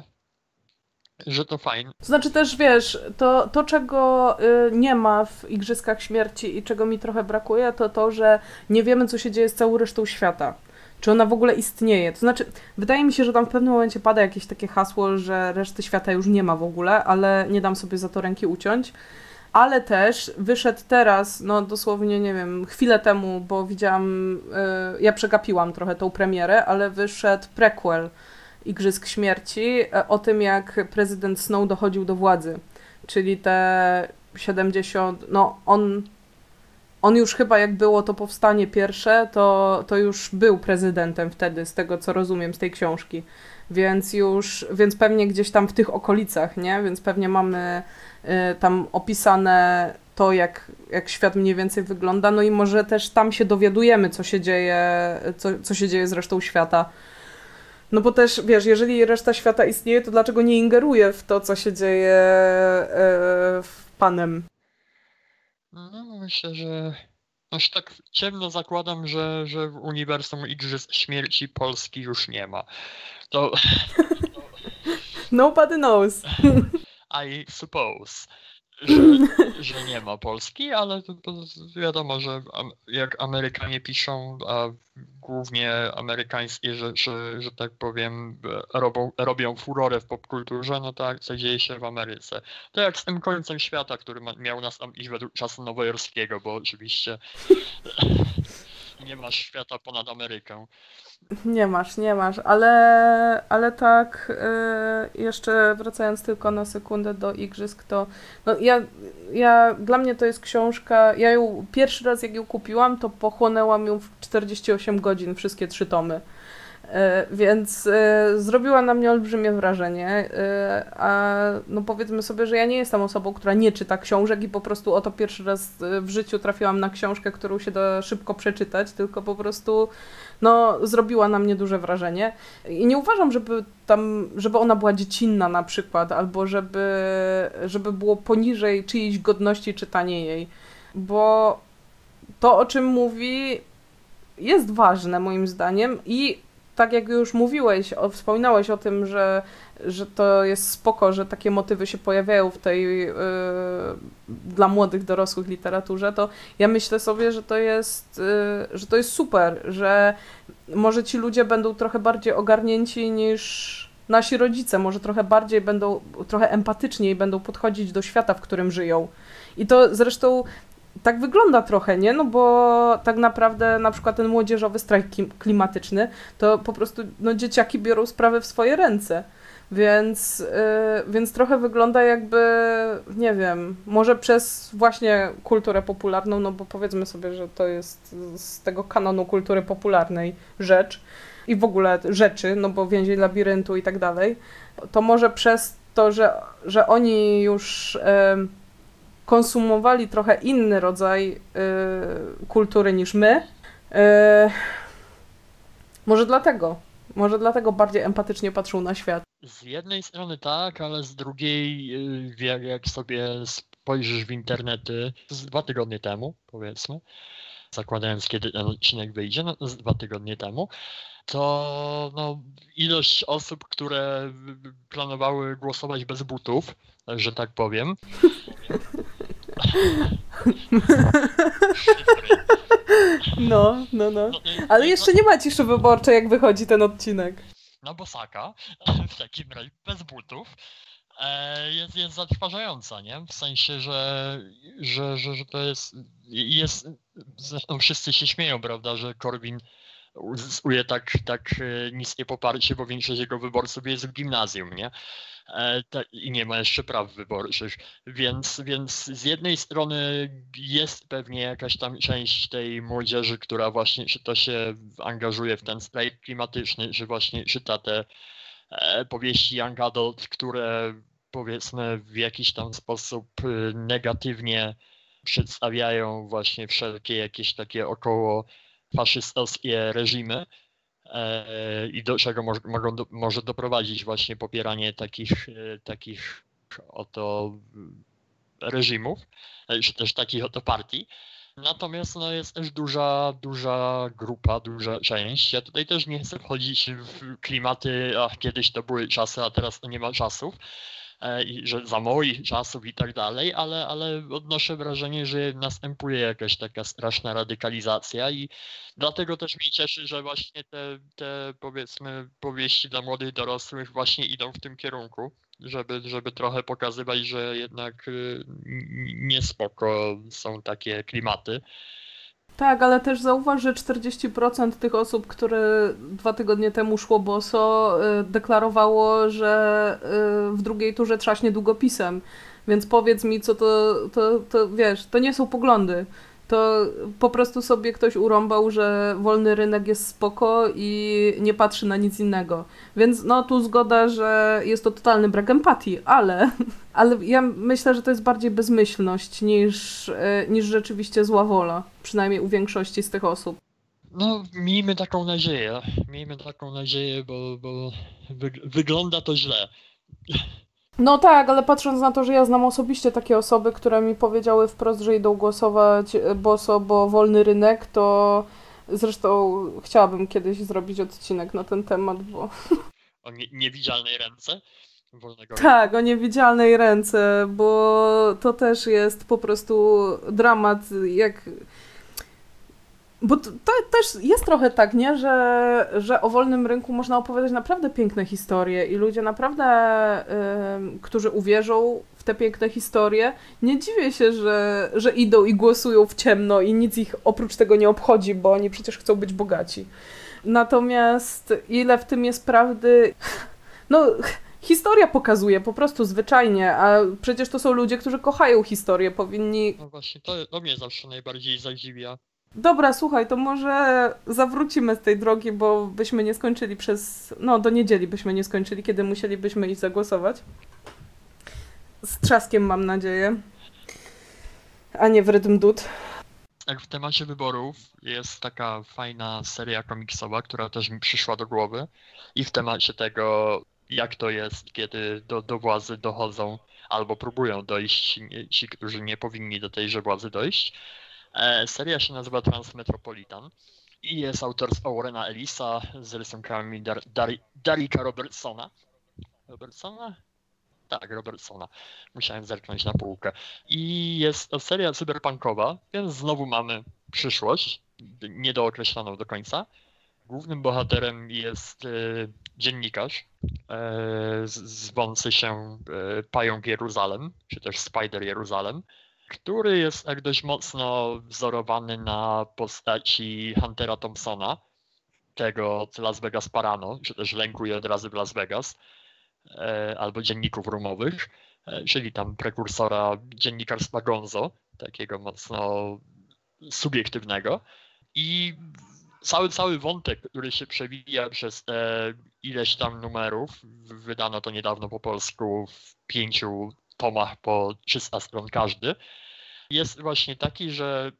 że to fajne. To znaczy też, wiesz, to czego nie ma w Igrzyskach Śmierci i czego mi trochę brakuje, to że nie wiemy, co się dzieje z całą resztą świata. Czy ona w ogóle istnieje. To znaczy, wydaje mi się, że tam w pewnym momencie pada jakieś takie hasło, że reszty świata już nie ma w ogóle, ale nie dam sobie za to ręki uciąć. Ale też wyszedł teraz, no dosłownie, nie wiem, chwilę temu, bo widziałam, ja przegapiłam trochę tą premierę, ale wyszedł prequel Igrzysk Śmierci o tym, jak prezydent Snow dochodził do władzy. Czyli te 70, no on już chyba jak było to powstanie pierwsze, to już był prezydentem wtedy, z tego co rozumiem z tej książki. Więc pewnie gdzieś tam w tych okolicach, nie? Więc pewnie mamy tam opisane to, jak świat mniej więcej wygląda, no i może też tam się dowiadujemy, co się dzieje z resztą świata. No bo też, wiesz, jeżeli reszta świata istnieje, to dlaczego nie ingeruje w to, co się dzieje w Panem? No myślę, że aż tak ciemno zakładam, że w uniwersum Igrzysk Śmierci Polski już nie ma. To Nobody knows. I suppose, że nie ma Polski, ale to wiadomo, że jak Amerykanie piszą, a głównie amerykańskie rzeczy, że tak powiem, robią furorę w popkulturze, no to akcja dzieje się w Ameryce. To jak z tym końcem świata, który miał nastąpić według czasu nowojorskiego, bo oczywiście nie masz świata ponad Amerykę. Nie masz, ale tak, jeszcze wracając tylko na sekundę do Igrzysk, to no dla mnie to jest książka, ja ją pierwszy raz jak ją kupiłam, to pochłonęłam ją w 48 godzin, wszystkie 3 tomy. Więc zrobiła na mnie olbrzymie wrażenie, a no powiedzmy sobie, że ja nie jestem osobą, która nie czyta książek i po prostu oto pierwszy raz w życiu trafiłam na książkę, którą się da szybko przeczytać, tylko po prostu no, zrobiła na mnie duże wrażenie. I nie uważam, żeby ona była dziecinna na przykład, albo żeby było poniżej czyjejś godności czytanie jej, bo to, o czym mówi, jest ważne moim zdaniem i tak jak już mówiłeś, wspominałeś o tym, że to jest spoko, że takie motywy się pojawiają w tej dla młodych dorosłych literaturze, to ja myślę sobie, że to jest super, że może ci ludzie będą trochę bardziej ogarnięci niż nasi rodzice, może trochę empatyczniej będą podchodzić do świata, w którym żyją. I to zresztą tak wygląda trochę, nie? No bo tak naprawdę na przykład ten młodzieżowy strajk klimatyczny, to po prostu no, dzieciaki biorą sprawy w swoje ręce. Więc trochę wygląda jakby, nie wiem, może przez właśnie kulturę popularną, no bo powiedzmy sobie, że to jest z tego kanonu kultury popularnej rzecz i w ogóle rzeczy, no bo Więzień labiryntu i tak dalej, to może przez to, że oni już konsumowali trochę inny rodzaj kultury niż my. Może dlatego bardziej empatycznie patrzą na świat. Z jednej strony tak, ale z drugiej, jak sobie spojrzysz w internety z 2 tygodnie temu, powiedzmy, zakładając kiedy ten odcinek wyjdzie, no, z 2 tygodnie temu, to no, ilość osób, które planowały głosować bez butów, że tak powiem. No. Ale jeszcze nie ma ciszy wyborczej, jak wychodzi ten odcinek. Na bosaka, w takim razie bez butów, jest zatrważająca, nie? W sensie, że to jest, zresztą wszyscy się śmieją, prawda, że Korwin uzyskuje tak niskie poparcie, bo większość jego wyborców jest w gimnazjum, nie? I nie ma jeszcze praw wyborczych, więc z jednej strony jest pewnie jakaś tam część tej młodzieży, która właśnie czy to się angażuje w ten strajk klimatyczny, czy właśnie czyta te powieści young adult, które powiedzmy w jakiś tam sposób negatywnie przedstawiają właśnie wszelkie jakieś takie około faszystowskie reżimy. I do czego może doprowadzić właśnie popieranie takich oto reżimów, czy też takich oto partii. Natomiast no, jest też duża grupa, duża część. Ja tutaj też nie chcę wchodzić w klimaty, kiedyś to były czasy, a teraz to nie ma czasów. I że za moich czasów i tak dalej, ale odnoszę wrażenie, że następuje jakaś taka straszna radykalizacja i dlatego też mnie cieszy, że właśnie te powiedzmy powieści dla młodych dorosłych właśnie idą w tym kierunku, żeby trochę pokazywać, że jednak niespoko są takie klimaty. Tak, ale też zauważ, że 40% tych osób, które 2 tygodnie temu szło boso, deklarowało, że w drugiej turze trzaśnie długopisem. Więc powiedz mi, co to wiesz, to nie są poglądy. To po prostu sobie ktoś urąbał, że wolny rynek jest spoko i nie patrzy na nic innego. Więc no tu zgoda, że jest to totalny brak empatii, ale ja myślę, że to jest bardziej bezmyślność niż rzeczywiście zła wola. Przynajmniej u większości z tych osób. No, miejmy taką nadzieję, bo wygląda to źle. No tak, ale patrząc na to, że ja znam osobiście takie osoby, które mi powiedziały wprost, że idą głosować boso, bo wolny rynek, to zresztą chciałabym kiedyś zrobić odcinek na ten temat, bo... O niewidzialnej ręce wolnego rynku. Tak, o niewidzialnej ręce, bo to też jest po prostu dramat, jak... Bo to też jest trochę tak, nie? Że o wolnym rynku można opowiadać naprawdę piękne historie i ludzie naprawdę, którzy uwierzą w te piękne historie, nie dziwię się, że idą i głosują w ciemno i nic ich oprócz tego nie obchodzi, bo oni przecież chcą być bogaci. Natomiast ile w tym jest prawdy... No, historia pokazuje po prostu zwyczajnie, a przecież to są ludzie, którzy kochają historię, powinni... No właśnie, to mnie zawsze najbardziej zadziwia. Dobra, słuchaj, to może zawrócimy z tej drogi, bo byśmy nie skończyli no do niedzieli byśmy nie skończyli, kiedy musielibyśmy iść zagłosować. Z trzaskiem mam nadzieję, a nie w rytm dud. Jak w temacie wyborów jest taka fajna seria komiksowa, która też mi przyszła do głowy i w temacie tego, jak to jest, kiedy do władzy dochodzą albo próbują dojść ci, którzy nie powinni do tejże władzy dojść. Seria się nazywa Transmetropolitan i jest autorstwa Warrena Ellisa z rysunkami Darricka Robertsona. Robertsona? Tak, Robertsona. Musiałem zerknąć na półkę. I jest to seria cyberpunkowa, więc znowu mamy przyszłość, niedookreśloną do końca. Głównym bohaterem jest dziennikarz zwący się Pająk Jeruzalem, czy też Spider Jeruzalem, który jest tak dość mocno wzorowany na postaci Huntera Thompsona, tego z Las Vegas Parano, czy też Lęku i Odrazy w Las Vegas, albo dzienników rumowych, czyli tam prekursora dziennikarstwa Gonzo, takiego mocno subiektywnego. I cały wątek, który się przewija przez te ileś tam numerów, wydano to niedawno po polsku w 5 tomach po 300 stron każdy, jest właśnie taki, że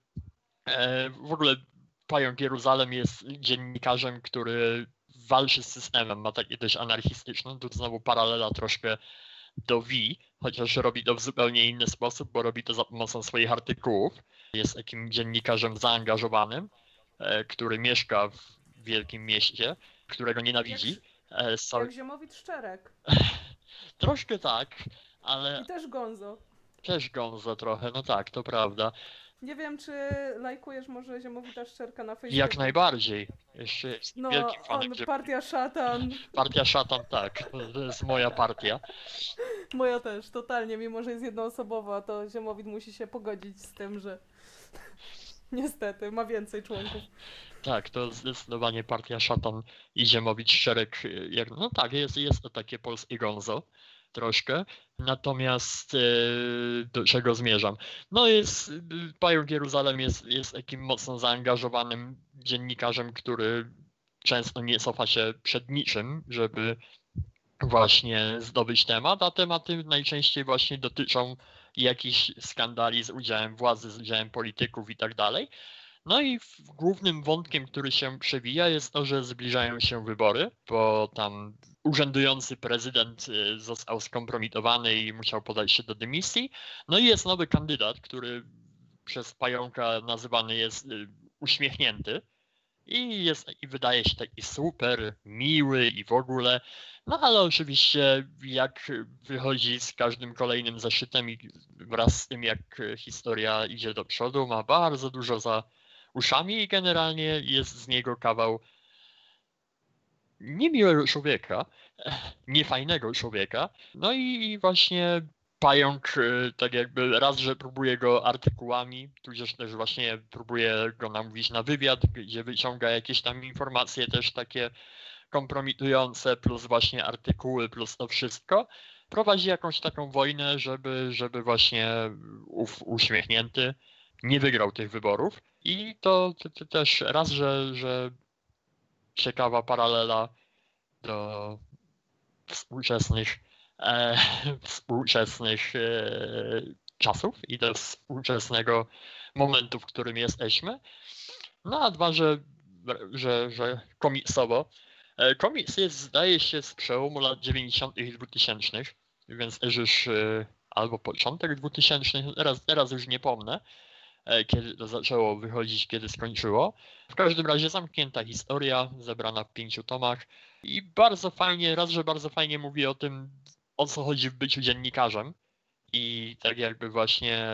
w ogóle Pająk Jeruzalem jest dziennikarzem, który walczy z systemem, ma takie dość anarchistyczne, tu znowu paralela troszkę do V, chociaż robi to w zupełnie inny sposób, bo robi to za pomocą swoich artykułów. Jest takim dziennikarzem zaangażowanym, który mieszka w wielkim mieście, którego nienawidzi. Jak Ziemowit Szczerek. Troszkę tak, ale I też Gonzo. też Gonzo trochę, no tak, to prawda. Nie wiem, czy lajkujesz może Ziemowita Szczerka na Facebooku. Jak najbardziej. Jeszcze jest No, wielkim fanem partia szatan. Partia szatan, tak. To jest moja partia. Moja też, totalnie. Mimo, że jest jednoosobowa, to Ziemowit musi się pogodzić z tym, że niestety ma więcej członków. Tak, to zdecydowanie partia szatan i Ziemowit Szczerek. No tak, jest to takie polskie Gonzo troszkę. Natomiast do czego zmierzam? No Pająk Jeruzalem jest takim mocno zaangażowanym dziennikarzem, który często nie cofa się przed niczym, żeby właśnie zdobyć temat, a tematy najczęściej właśnie dotyczą jakichś skandali z udziałem władzy, z udziałem polityków i tak dalej. No i głównym wątkiem, który się przewija, jest to, że zbliżają się wybory, bo tam urzędujący prezydent został skompromitowany i musiał podać się do dymisji. No i jest nowy kandydat, który przez Pająka nazywany jest uśmiechnięty. I wydaje się taki super miły i w ogóle. No ale oczywiście jak wychodzi z każdym kolejnym zeszytem i wraz z tym jak historia idzie do przodu, ma bardzo dużo za uszami i generalnie jest z niego kawał niemiłego człowieka, niefajnego człowieka. No i właśnie Pająk tak jakby raz, że próbuje go artykułami, tudzież też właśnie próbuje go namówić na wywiad, gdzie wyciąga jakieś tam informacje też takie kompromitujące, plus właśnie artykuły, plus to wszystko. Prowadzi jakąś taką wojnę, żeby właśnie uśmiechnięty nie wygrał tych wyborów. I to też raz, że ciekawa paralela do współczesnych współczesnych czasów i do współczesnego momentu, w którym jesteśmy. No a dwa, że komiksowo. Komiks jest, zdaje się, z przełomu lat 90. i 2000, więc też już albo początek 2000, teraz już nie pomnę, kiedy to zaczęło wychodzić, kiedy skończyło. W każdym razie zamknięta historia, zebrana w 5 tomach i bardzo fajnie, że bardzo fajnie mówi o tym, o co chodzi w byciu dziennikarzem i tak jakby właśnie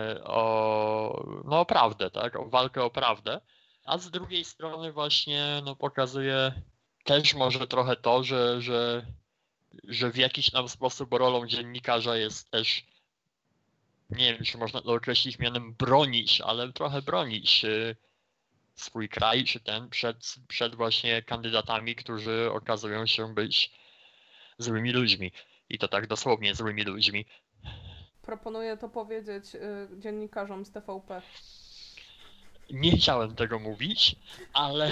o prawdę, tak, o walkę o prawdę, a z drugiej strony właśnie pokazuje też może trochę to, że w jakiś tam sposób rolą dziennikarza jest też, nie wiem, czy można to określić mianem bronić, ale trochę bronić swój kraj, czy ten przed właśnie kandydatami, którzy okazują się być złymi ludźmi. I to tak dosłownie złymi ludźmi. Proponuję to powiedzieć dziennikarzom z TVP. Nie chciałem tego mówić, ale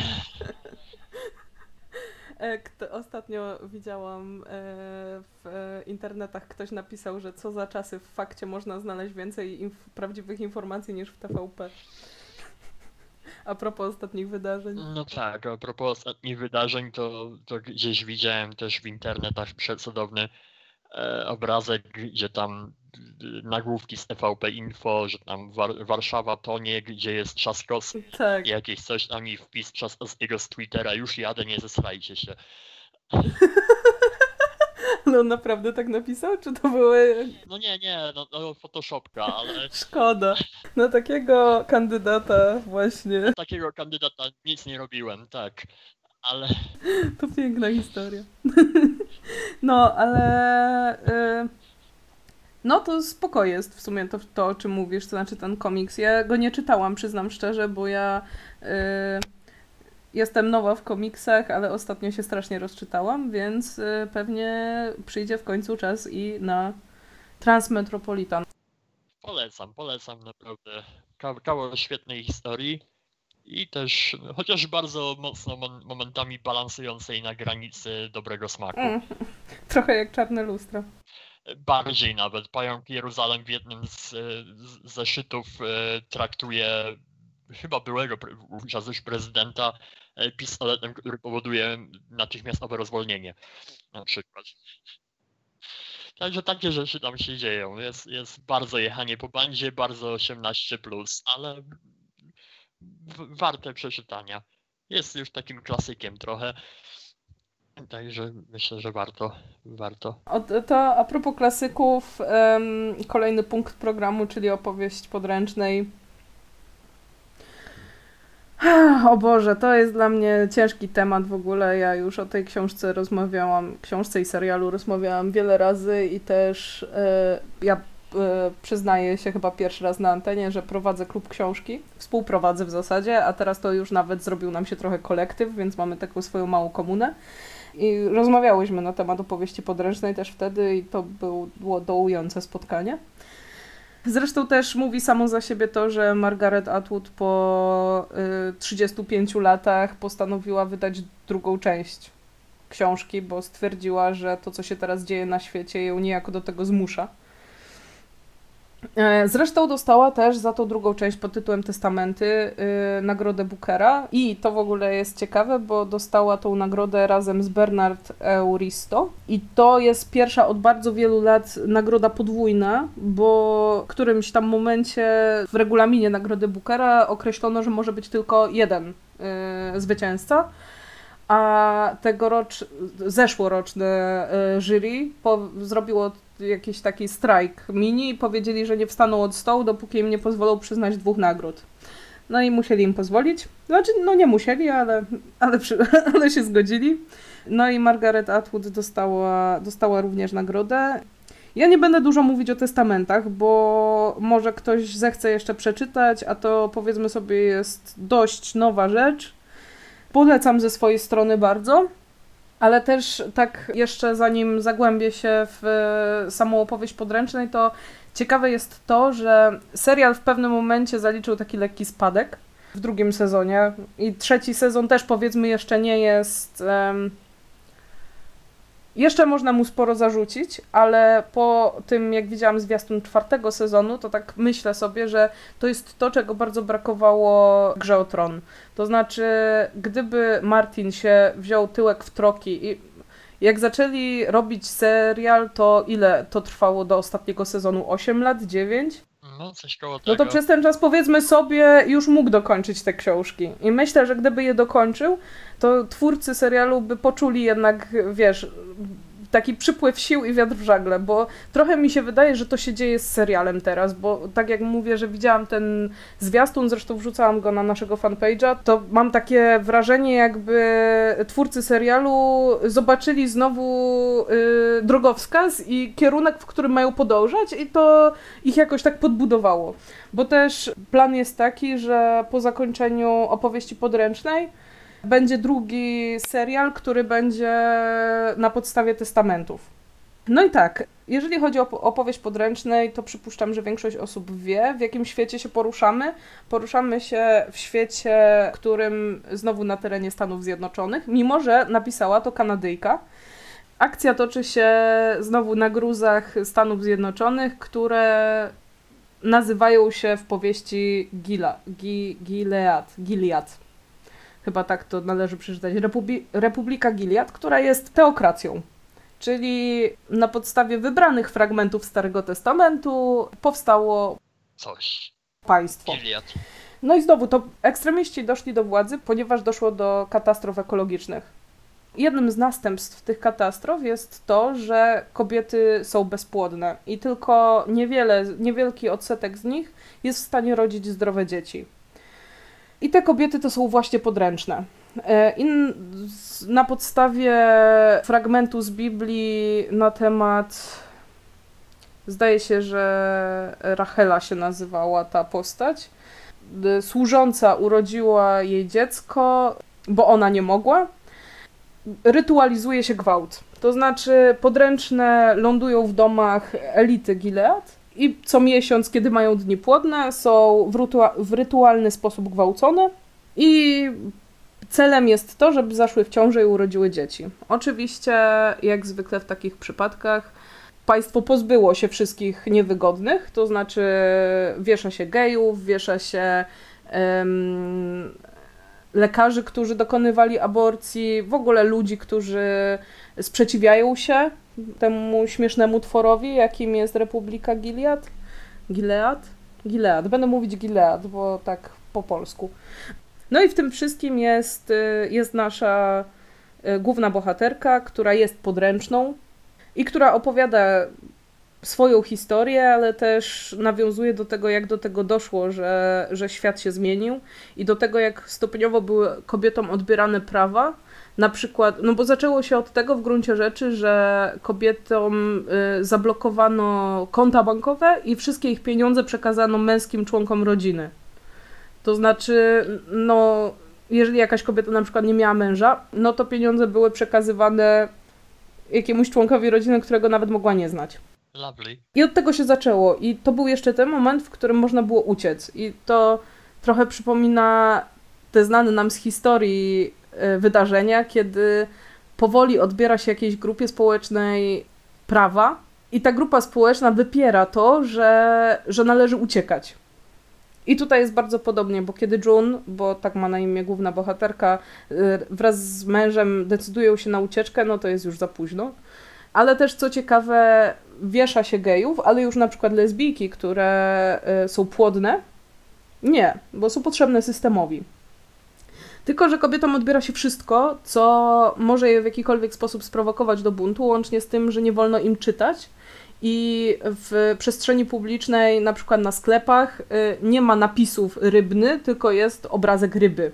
Ostatnio widziałam w internetach, ktoś napisał, że co za czasy, w fakcie można znaleźć więcej prawdziwych informacji niż w TVP. A propos ostatnich wydarzeń. no tak, a propos ostatnich wydarzeń, to gdzieś widziałem też w internetach przecudowny obrazek, gdzie tam nagłówki z TVP Info, że tam Warszawa tonie, gdzie jest Trzaskowski Tak. i jakieś coś tam i wpis Trzaskowskiego z Twittera, już jadę, nie zesrajcie się. No naprawdę tak napisał? Czy to były... No nie, no Photoshopka, ale Szkoda. Na takiego kandydata właśnie. takiego kandydata nic nie robiłem, tak. Ale To piękna historia. No, ale... No to spoko jest w sumie to, o czym mówisz, to znaczy ten komiks. Ja go nie czytałam, przyznam szczerze, bo ja jestem nowa w komiksach, ale ostatnio się strasznie rozczytałam, więc pewnie przyjdzie w końcu czas i na Transmetropolitan. polecam naprawdę. Kawał świetnej historii i też chociaż bardzo mocno momentami balansującej na granicy dobrego smaku. Trochę jak Czarne lustro. Bardziej nawet. Pająk Jeruzalem w jednym z zeszytów traktuje chyba byłego wówczas już prezydenta pistoletem, który powoduje natychmiastowe rozwolnienie. Na przykład. Także takie rzeczy tam się dzieją. Jest bardzo jechanie po bandzie, bardzo 18+, ale warte przeczytania. Jest już takim klasykiem trochę. Także myślę, że warto. To a propos klasyków, kolejny punkt programu, czyli opowieść podręcznej. O Boże, to jest dla mnie ciężki temat w ogóle. Ja już o tej książce i serialu rozmawiałam wiele razy i też ja przyznaję się chyba pierwszy raz na antenie, że prowadzę klub książki. Współprowadzę w zasadzie, a teraz to już nawet zrobił nam się trochę kolektyw, więc mamy taką swoją małą komunę. I rozmawiałyśmy na temat opowieści podręcznej też wtedy i to było dołujące spotkanie. Zresztą też mówi samo za siebie to, że Margaret Atwood po 35 latach postanowiła wydać drugą część książki, bo stwierdziła, że to, co się teraz dzieje na świecie, ją niejako do tego zmusza. Zresztą dostała też za tą drugą część pod tytułem Testamenty nagrodę Bookera i to w ogóle jest ciekawe, bo dostała tą nagrodę razem z Bernard Euristo i to jest pierwsza od bardzo wielu lat nagroda podwójna, bo w którymś tam momencie w regulaminie nagrody Bookera określono, że może być tylko jeden zwycięzca, a zeszłoroczne jury zrobiło jakiś taki strajk mini i powiedzieli, że nie wstaną od stołu, dopóki im nie pozwolą przyznać 2 nagród. No i musieli im pozwolić. Znaczy, no nie musieli, ale się zgodzili. No i Margaret Atwood dostała również nagrodę. Ja nie będę dużo mówić o testamentach, bo może ktoś zechce jeszcze przeczytać, a to powiedzmy sobie jest dość nowa rzecz. Polecam ze swojej strony bardzo. Ale też tak jeszcze zanim zagłębię się w samą opowieść podręcznej, to ciekawe jest to, że serial w pewnym momencie zaliczył taki lekki spadek w drugim sezonie i trzeci sezon też powiedzmy jeszcze nie jest... Jeszcze można mu sporo zarzucić, ale po tym jak widziałam zwiastun 4. sezonu, to tak myślę sobie, że to jest to, czego bardzo brakowało Grze o Tron. To znaczy, gdyby Martin się wziął tyłek w troki i jak zaczęli robić serial, to ile to trwało do ostatniego sezonu? 8 lat? 9? No, coś koło tego. No to przez ten czas, powiedzmy sobie, już mógł dokończyć te książki. I myślę, że gdyby je dokończył, to twórcy serialu by poczuli jednak, wiesz, taki przypływ sił i wiatr w żagle, bo trochę mi się wydaje, że to się dzieje z serialem teraz, bo tak jak mówię, że widziałam ten zwiastun, zresztą wrzucałam go na naszego fanpage'a, to mam takie wrażenie, jakby twórcy serialu zobaczyli znowu drogowskaz i kierunek, w którym mają podążać i to ich jakoś tak podbudowało. Bo też plan jest taki, że po zakończeniu opowieści podręcznej będzie drugi serial, który będzie na podstawie testamentów. No i tak, jeżeli chodzi o opowieść podręcznej, to przypuszczam, że większość osób wie, w jakim świecie się poruszamy. Poruszamy się w świecie, którym znowu na terenie Stanów Zjednoczonych, mimo że napisała to Kanadyjka. Akcja toczy się znowu na gruzach Stanów Zjednoczonych, które nazywają się w powieści Gilead. Chyba tak to należy przeczytać. Republika Gilead, która jest teokracją. Czyli na podstawie wybranych fragmentów Starego Testamentu powstało Coś. państwo. Gilead. No i znowu, to ekstremiści doszli do władzy, ponieważ doszło do katastrof ekologicznych. Jednym z następstw tych katastrof jest to, że kobiety są bezpłodne i tylko niewielki odsetek z nich jest w stanie rodzić zdrowe dzieci. I te kobiety to są właśnie podręczne. Na podstawie fragmentu z Biblii na temat, zdaje się, że Rachela się nazywała ta postać, służąca urodziła jej dziecko, bo ona nie mogła, rytualizuje się gwałt. To znaczy podręczne lądują w domach elity Gilead i co miesiąc, kiedy mają dni płodne, są w rytualny sposób gwałcone i celem jest to, żeby zaszły w ciążę i urodziły dzieci. Oczywiście, jak zwykle w takich przypadkach, państwo pozbyło się wszystkich niewygodnych, to znaczy wiesza się gejów, wiesza się lekarzy, którzy dokonywali aborcji, w ogóle ludzi, którzy sprzeciwiają się temu śmiesznemu tworowi, jakim jest Republika Gilead. Gilead. Będę mówić Gilead, bo tak po polsku. No i w tym wszystkim jest nasza główna bohaterka, która jest podręczną i która opowiada swoją historię, ale też nawiązuje do tego, jak do tego doszło, że świat się zmienił i do tego, jak stopniowo były kobietom odbierane prawa. Na przykład, no bo zaczęło się od tego w gruncie rzeczy, że kobietom zablokowano konta bankowe i wszystkie ich pieniądze przekazano męskim członkom rodziny. To znaczy, no, jeżeli jakaś kobieta na przykład nie miała męża, no to pieniądze były przekazywane jakiemuś członkowi rodziny, którego nawet mogła nie znać. Lovely. I od tego się zaczęło. I to był jeszcze ten moment, w którym można było uciec. I to trochę przypomina te znane nam z historii wydarzenia, kiedy powoli odbiera się jakiejś grupie społecznej prawa i ta grupa społeczna wypiera to, że należy uciekać. I tutaj jest bardzo podobnie, bo kiedy June, bo tak ma na imię główna bohaterka, wraz z mężem decydują się na ucieczkę, no to jest już za późno. Ale też, co ciekawe, wiesza się gejów, ale już na przykład lesbijki, które są płodne, nie, bo są potrzebne systemowi. Tylko że kobietom odbiera się wszystko, co może je w jakikolwiek sposób sprowokować do buntu, łącznie z tym, że nie wolno im czytać. I w przestrzeni publicznej, na przykład na sklepach, nie ma napisów rybny, tylko jest obrazek ryby.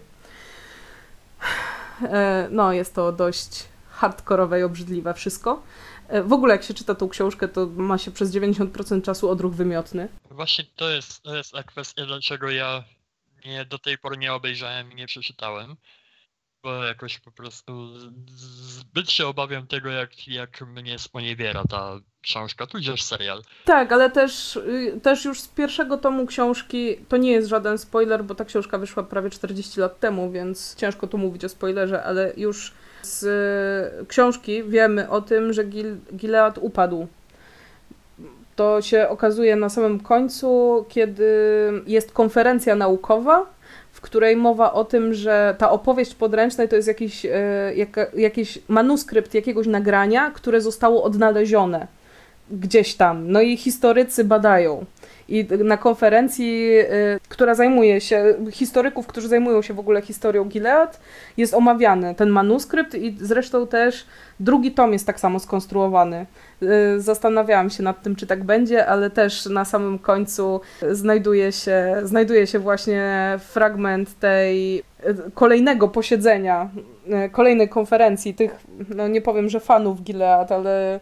No, jest to dość hardkorowe i obrzydliwe wszystko. W ogóle jak się czyta tą książkę, to ma się przez 90% czasu odruch wymiotny. Właśnie to jest kwestia, dlaczego ja do tej pory nie obejrzałem i nie przeczytałem. Bo jakoś po prostu zbyt się obawiam tego, jak mnie sponiewiera ta książka, tudzież serial. Tak, ale też już z pierwszego tomu książki, to nie jest żaden spoiler, bo ta książka wyszła prawie 40 lat temu, więc ciężko tu mówić o spoilerze, ale już z książki wiemy o tym, że Gilead upadł. To się okazuje na samym końcu, kiedy jest konferencja naukowa, w której mowa o tym, że ta opowieść podręczna to jest jakiś manuskrypt jakiegoś nagrania, które zostało odnalezione gdzieś tam. No i historycy badają. I na konferencji, która zajmuje się, historyków, którzy zajmują się w ogóle historią Gilead, jest omawiany ten manuskrypt i zresztą też drugi tom jest tak samo skonstruowany. Zastanawiałam się nad tym, czy tak będzie, ale też na samym końcu znajduje się właśnie fragment tej kolejnego posiedzenia, kolejnej konferencji tych, no nie powiem, że fanów Gilead, ale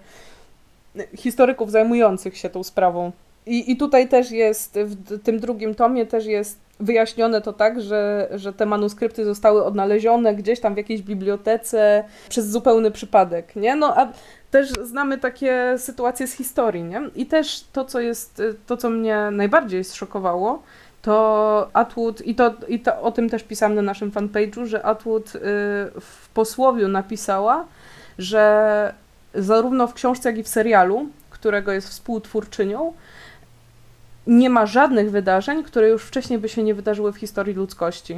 historyków zajmujących się tą sprawą. I tutaj też jest, w tym drugim tomie też jest wyjaśnione to tak, że te manuskrypty zostały odnalezione gdzieś tam w jakiejś bibliotece przez zupełny przypadek, nie? No a też znamy takie sytuacje z historii, nie? I też to, co mnie najbardziej zszokowało, to Atwood, i to o tym też pisałam na naszym fanpage'u, że Atwood w posłowiu napisała, że zarówno w książce, jak i w serialu, którego jest współtwórczynią, nie ma żadnych wydarzeń, które już wcześniej by się nie wydarzyły w historii ludzkości.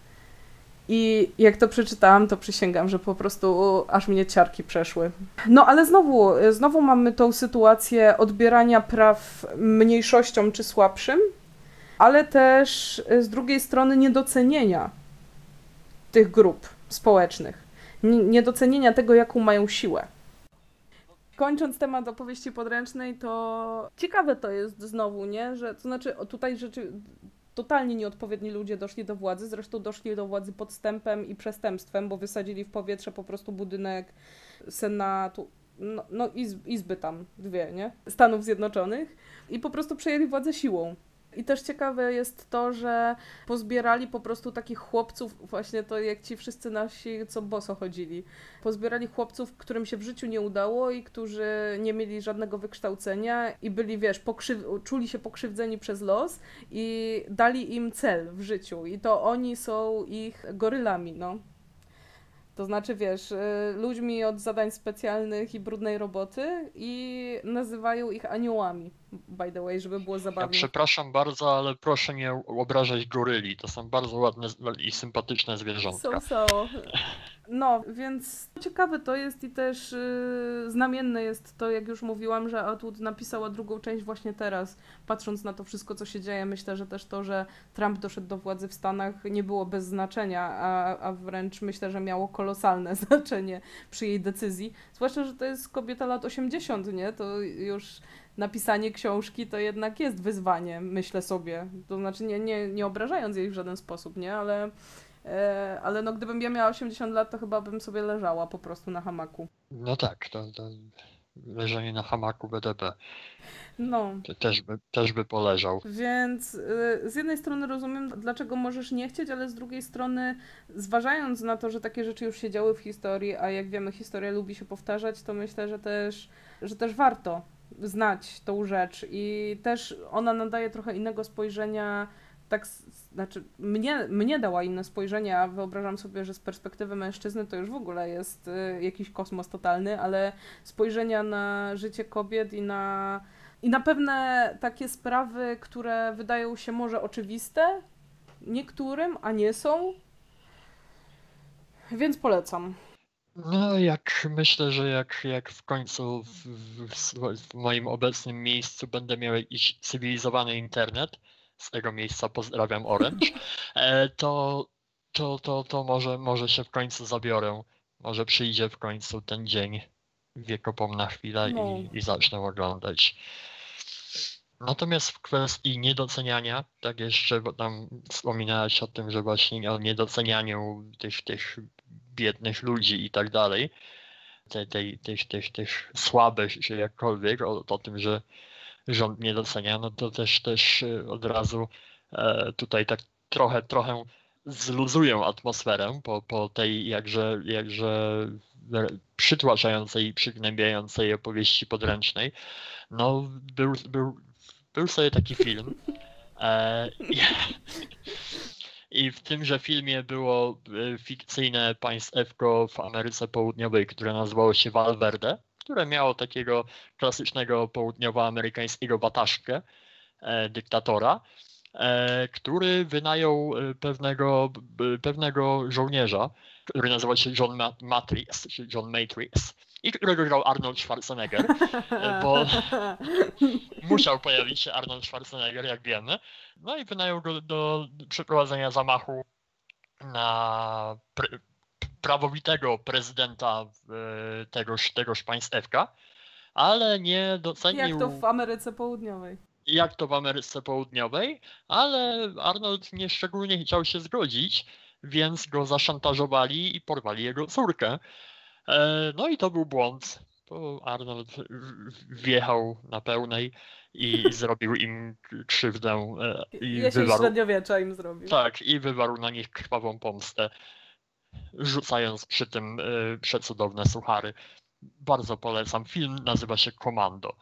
I jak to przeczytałam, to przysięgam, że po prostu aż mnie ciarki przeszły. No ale znowu mamy tą sytuację odbierania praw mniejszościom czy słabszym, ale też z drugiej strony niedocenienia tych grup społecznych. Niedocenienia tego, jaką mają siłę. Kończąc temat opowieści podręcznej, to ciekawe to jest znowu, nie? Że, to znaczy tutaj totalnie nieodpowiedni ludzie doszli do władzy, zresztą doszli do władzy podstępem i przestępstwem, bo wysadzili w powietrze po prostu budynek Senatu, izby tam, dwie, nie? Stanów Zjednoczonych i po prostu przejęli władzę siłą. I też ciekawe jest to, że pozbierali po prostu takich chłopców, właśnie to jak ci wszyscy nasi, co boso chodzili. Pozbierali chłopców, którym się w życiu nie udało i którzy nie mieli żadnego wykształcenia i byli, wiesz, czuli się pokrzywdzeni przez los i dali im cel w życiu. I to oni są ich gorylami, no. To znaczy, wiesz, ludźmi od zadań specjalnych i brudnej roboty i nazywają ich aniołami, by the way, żeby było zabawnie. Ja przepraszam bardzo, ale proszę nie obrażać goryli. To są bardzo ładne i sympatyczne zwierzątka. Są. No, więc ciekawe to jest i też znamienne jest to, jak już mówiłam, że Atwood napisała drugą część właśnie teraz, patrząc na to wszystko, co się dzieje. Myślę, że też to, że Trump doszedł do władzy w Stanach, nie było bez znaczenia, a wręcz myślę, że miało kolosalne znaczenie przy jej decyzji. Zwłaszcza, że to jest kobieta lat 80, nie? To już napisanie książki to jednak jest wyzwanie, myślę sobie. To znaczy nie obrażając jej w żaden sposób, nie? Ale no gdybym ja miała 80 lat, to chyba bym sobie leżała po prostu na hamaku. No tak, to leżenie na hamaku BDB. No. Też by poleżał. Więc z jednej strony rozumiem, dlaczego możesz nie chcieć, ale z drugiej strony, zważając na to, że takie rzeczy już się działy w historii, a jak wiemy, historia lubi się powtarzać, to myślę, że też warto znać tą rzecz i też ona nadaje trochę innego spojrzenia. Tak, znaczy mnie dała inne spojrzenie, a wyobrażam sobie, że z perspektywy mężczyzny to już w ogóle jest jakiś kosmos totalny, ale spojrzenia na życie kobiet i na pewne takie sprawy, które wydają się może oczywiste niektórym, a nie są. Więc polecam. No, myślę, że jak w końcu w moim obecnym miejscu będę miał jakiś cywilizowany internet, z tego miejsca pozdrawiam Orange, to może się w końcu zabiorę. Może przyjdzie w końcu ten dzień, wiekopomna chwila i zacznę oglądać. Natomiast w kwestii niedoceniania, tak jeszcze, bo tam wspominałeś o tym, że właśnie o niedocenianiu tych biednych ludzi i tak dalej, tych słabych, czy jakkolwiek, o tym, że rząd nie docenia, no to też od razu tutaj tak trochę zluzuję atmosferę po tej jakże przytłaczającej i przygnębiającej opowieści podręcznej. No, był sobie taki film i w tymże filmie było fikcyjne państewko w Ameryce Południowej, które nazywało się Valverde, które miało takiego klasycznego południowoamerykańskiego bataszkę, dyktatora, który wynajął pewnego żołnierza, który nazywał się John Matrix, czy John Matrix, i którego grał Arnold Schwarzenegger, bo musiał pojawić się Arnold Schwarzenegger, jak wiemy. No i wynajął go do przeprowadzenia zamachu na prawowitego prezydenta tegoż państewka, ale nie docenił... Jak to w Ameryce Południowej. Jak to w Ameryce Południowej, ale Arnold nie szczególnie chciał się zgodzić, więc go zaszantażowali i porwali jego córkę. No i to był błąd, to Arnold wjechał na pełnej i zrobił im krzywdę i Jesień wywarł, średniowiecza im zrobił. tak, i wywarł na nich krwawą pomstę, rzucając przy tym przecudowne suchary. Bardzo polecam. Film nazywa się Komando.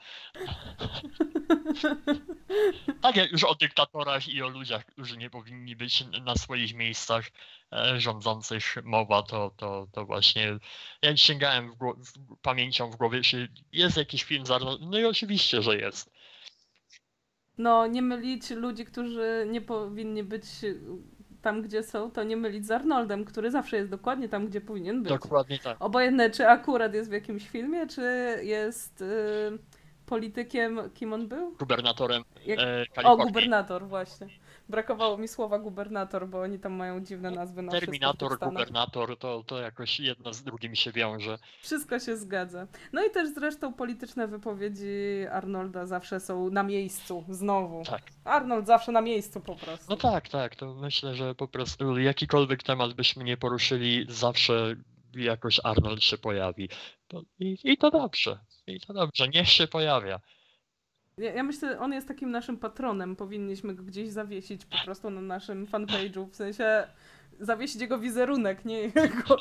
Tak jak już o dyktatorach i o ludziach, którzy nie powinni być na swoich miejscach rządzących mowa, to właśnie ja sięgałem pamięcią w głowie, czy jest jakiś film z Arnoldem. No i oczywiście, że jest. No, nie mylić ludzi, którzy nie powinni być tam, gdzie są, to nie mylić z Arnoldem, który zawsze jest dokładnie tam, gdzie powinien być. Dokładnie tak. Obojętne, czy akurat jest w jakimś filmie, czy jest politykiem, kim on był? Gubernatorem Jak... Kalifornii. O, gubernator, właśnie. Brakowało mi słowa gubernator, bo oni tam mają dziwne nazwy na Terminator, wszystko w tych Stanach. gubernator, to jakoś jedno z drugim się wiąże. Wszystko się zgadza. No i też zresztą polityczne wypowiedzi Arnolda zawsze są na miejscu, znowu. Tak. Arnold zawsze na miejscu po prostu. No tak, to myślę, że po prostu jakikolwiek temat byśmy nie poruszyli, zawsze jakoś Arnold się pojawi. I to dobrze, niech się pojawia. Ja myślę, on jest takim naszym patronem. Powinniśmy go gdzieś zawiesić po prostu na naszym fanpage'u. W sensie zawiesić jego wizerunek, nie jego.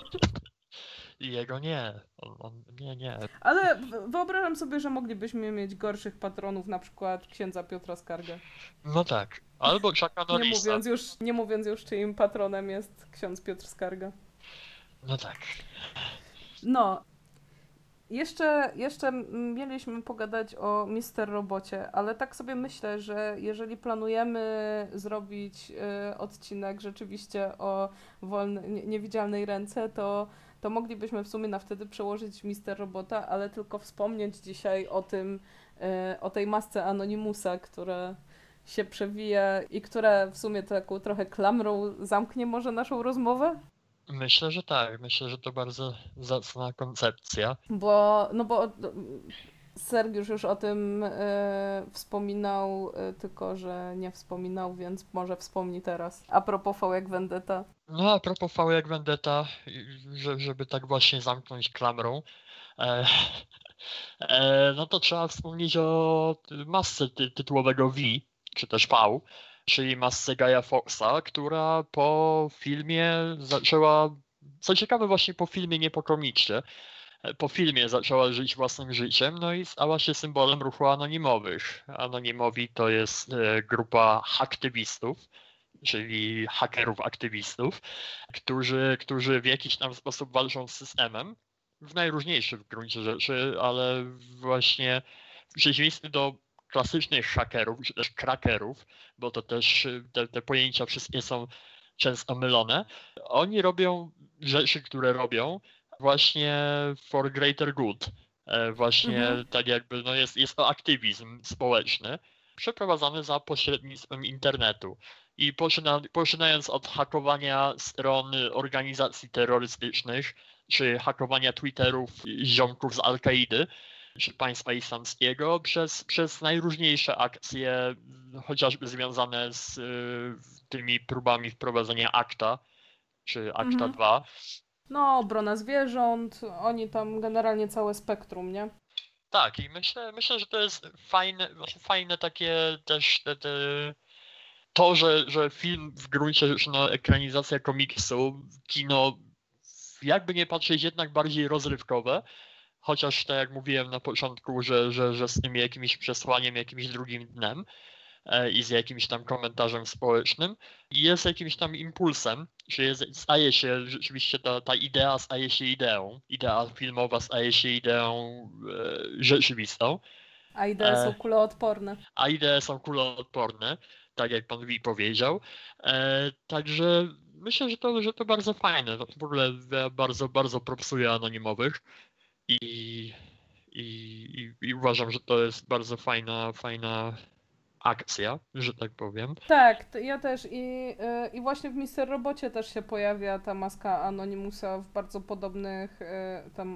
I jego nie, nie. Ale wyobrażam sobie, że moglibyśmy mieć gorszych patronów, na przykład księdza Piotra Skargę. No tak, albo Chucka Norrisa. Nie mówiąc już, czyim patronem jest ksiądz Piotr Skarga. No tak. No. Jeszcze mieliśmy pogadać o Mister Robocie, ale tak sobie myślę, że jeżeli planujemy zrobić odcinek rzeczywiście o niewidzialnej ręce, to moglibyśmy w sumie na wtedy przełożyć Mister Robota, ale tylko wspomnieć dzisiaj o tej masce Anonymusa, która się przewija i która w sumie taką trochę klamrą zamknie może naszą rozmowę. Myślę, że tak. Myślę, że to bardzo zacna koncepcja. Bo Sergiusz już o tym wspominał, tylko że nie wspominał, więc może wspomni teraz. A propos V jak Vendetta. No a propos V jak Vendetta, żeby tak właśnie zamknąć klamrą, no to trzeba wspomnieć o masce tytułowego V, czy też V, czyli masce Gaia Foxa, która po filmie zaczęła, co ciekawe właśnie po filmie, nie po komiksie, po filmie zaczęła żyć własnym życiem, no i stała się symbolem ruchu anonimowych. Anonimowi to jest grupa haktywistów, czyli hakerów, aktywistów, którzy w jakiś tam sposób walczą z systemem, w najróżniejszy w gruncie rzeczy, ale właśnie w przeciwieństwie do klasycznych hakerów, czy też krakerów, bo to też te pojęcia wszystkie są często mylone, oni robią rzeczy, które robią właśnie for greater good. Właśnie tak jakby no jest to aktywizm społeczny przeprowadzany za pośrednictwem internetu. I poczynając od hakowania stron organizacji terrorystycznych, czy hakowania Twitterów ziomków z Al-Kaidy, czy państwa islamskiego, przez najróżniejsze akcje, chociażby związane z tymi próbami wprowadzenia ACTA, czy ACTA 2. No, obrona zwierząt, oni tam generalnie całe spektrum, nie? Tak, i myślę, że to jest fajne takie też to, że film w gruncie rzeczy, no, ekranizacja komiksu, kino, jakby nie patrzeć, jednak bardziej rozrywkowe, chociaż tak jak mówiłem na początku, że z tym jakimś przesłaniem, jakimś drugim dnem i z jakimś tam komentarzem społecznym, jest jakimś tam impulsem, czy staje się rzeczywiście ta idea staje się ideą, idea filmowa staje się ideą rzeczywistą. A idee są kuloodporne. A idee są kuloodporne, tak jak pan Wi powiedział. Także myślę, że to bardzo fajne. W ogóle ja bardzo propsuję anonimowych i uważam, że to jest bardzo fajna akcja, że tak powiem. Tak, ja też i właśnie w Mister Robocie też się pojawia ta maska Anonymusa w bardzo podobnych tam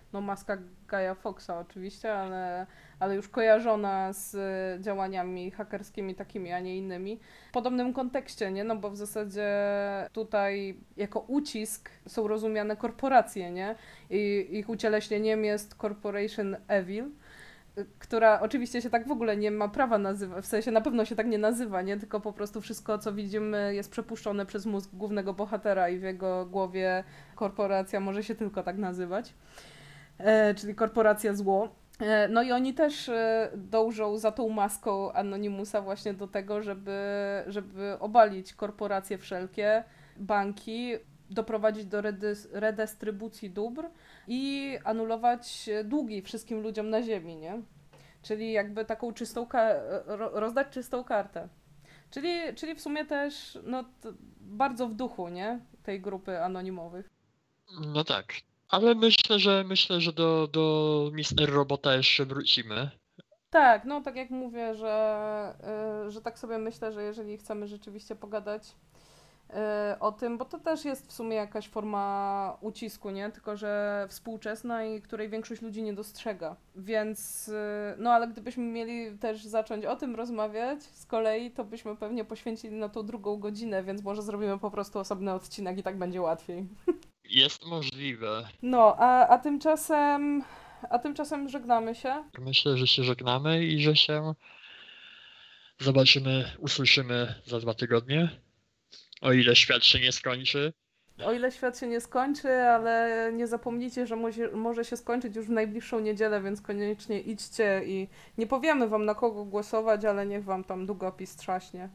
no maska Gaia Foxa oczywiście, ale już kojarzona z działaniami hakerskimi takimi, a nie innymi. W podobnym kontekście, nie? No bo w zasadzie tutaj jako ucisk są rozumiane korporacje, nie? I ich ucieleśnieniem jest Corporation Evil, która oczywiście się tak w ogóle nie ma prawa nazywać, w sensie na pewno się tak nie nazywa, nie? Tylko po prostu wszystko, co widzimy, jest przepuszczone przez mózg głównego bohatera i w jego głowie korporacja może się tylko tak nazywać, czyli korporacja zło. No i oni też dążą za tą maską Anonymusa właśnie do tego, żeby obalić korporacje wszelkie, banki, doprowadzić do redystrybucji dóbr i anulować długi wszystkim ludziom na ziemi, nie? Czyli jakby taką rozdać czystą kartę. Czyli w sumie też no, bardzo w duchu, nie? Tej grupy anonimowych. No tak. Ale myślę, że do Mister Robota jeszcze wrócimy. Tak, no tak jak mówię, że tak sobie myślę, że jeżeli chcemy rzeczywiście pogadać o tym, bo to też jest w sumie jakaś forma ucisku, nie? Tylko że współczesna i której większość ludzi nie dostrzega. Więc, no ale gdybyśmy mieli też zacząć o tym rozmawiać z kolei, to byśmy pewnie poświęcili na tą drugą godzinę, więc może zrobimy po prostu osobny odcinek i tak będzie łatwiej. Jest możliwe. No, a tymczasem żegnamy się. Myślę, że się żegnamy i że się zobaczymy, usłyszymy za 2 tygodnie. O ile świat się nie skończy. O ile świat się nie skończy, ale nie zapomnijcie, że może się skończyć już w najbliższą niedzielę, więc koniecznie idźcie i nie powiemy wam na kogo głosować, ale niech wam tam długopis trzaśnie.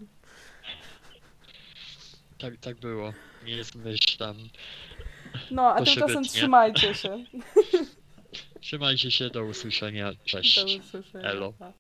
Tak było. Nie jest myśl tam. No, a To się tymczasem wytnie. trzymajcie się. Trzymajcie się, do usłyszenia. Cześć. Do usłyszenia. Elo. Pa.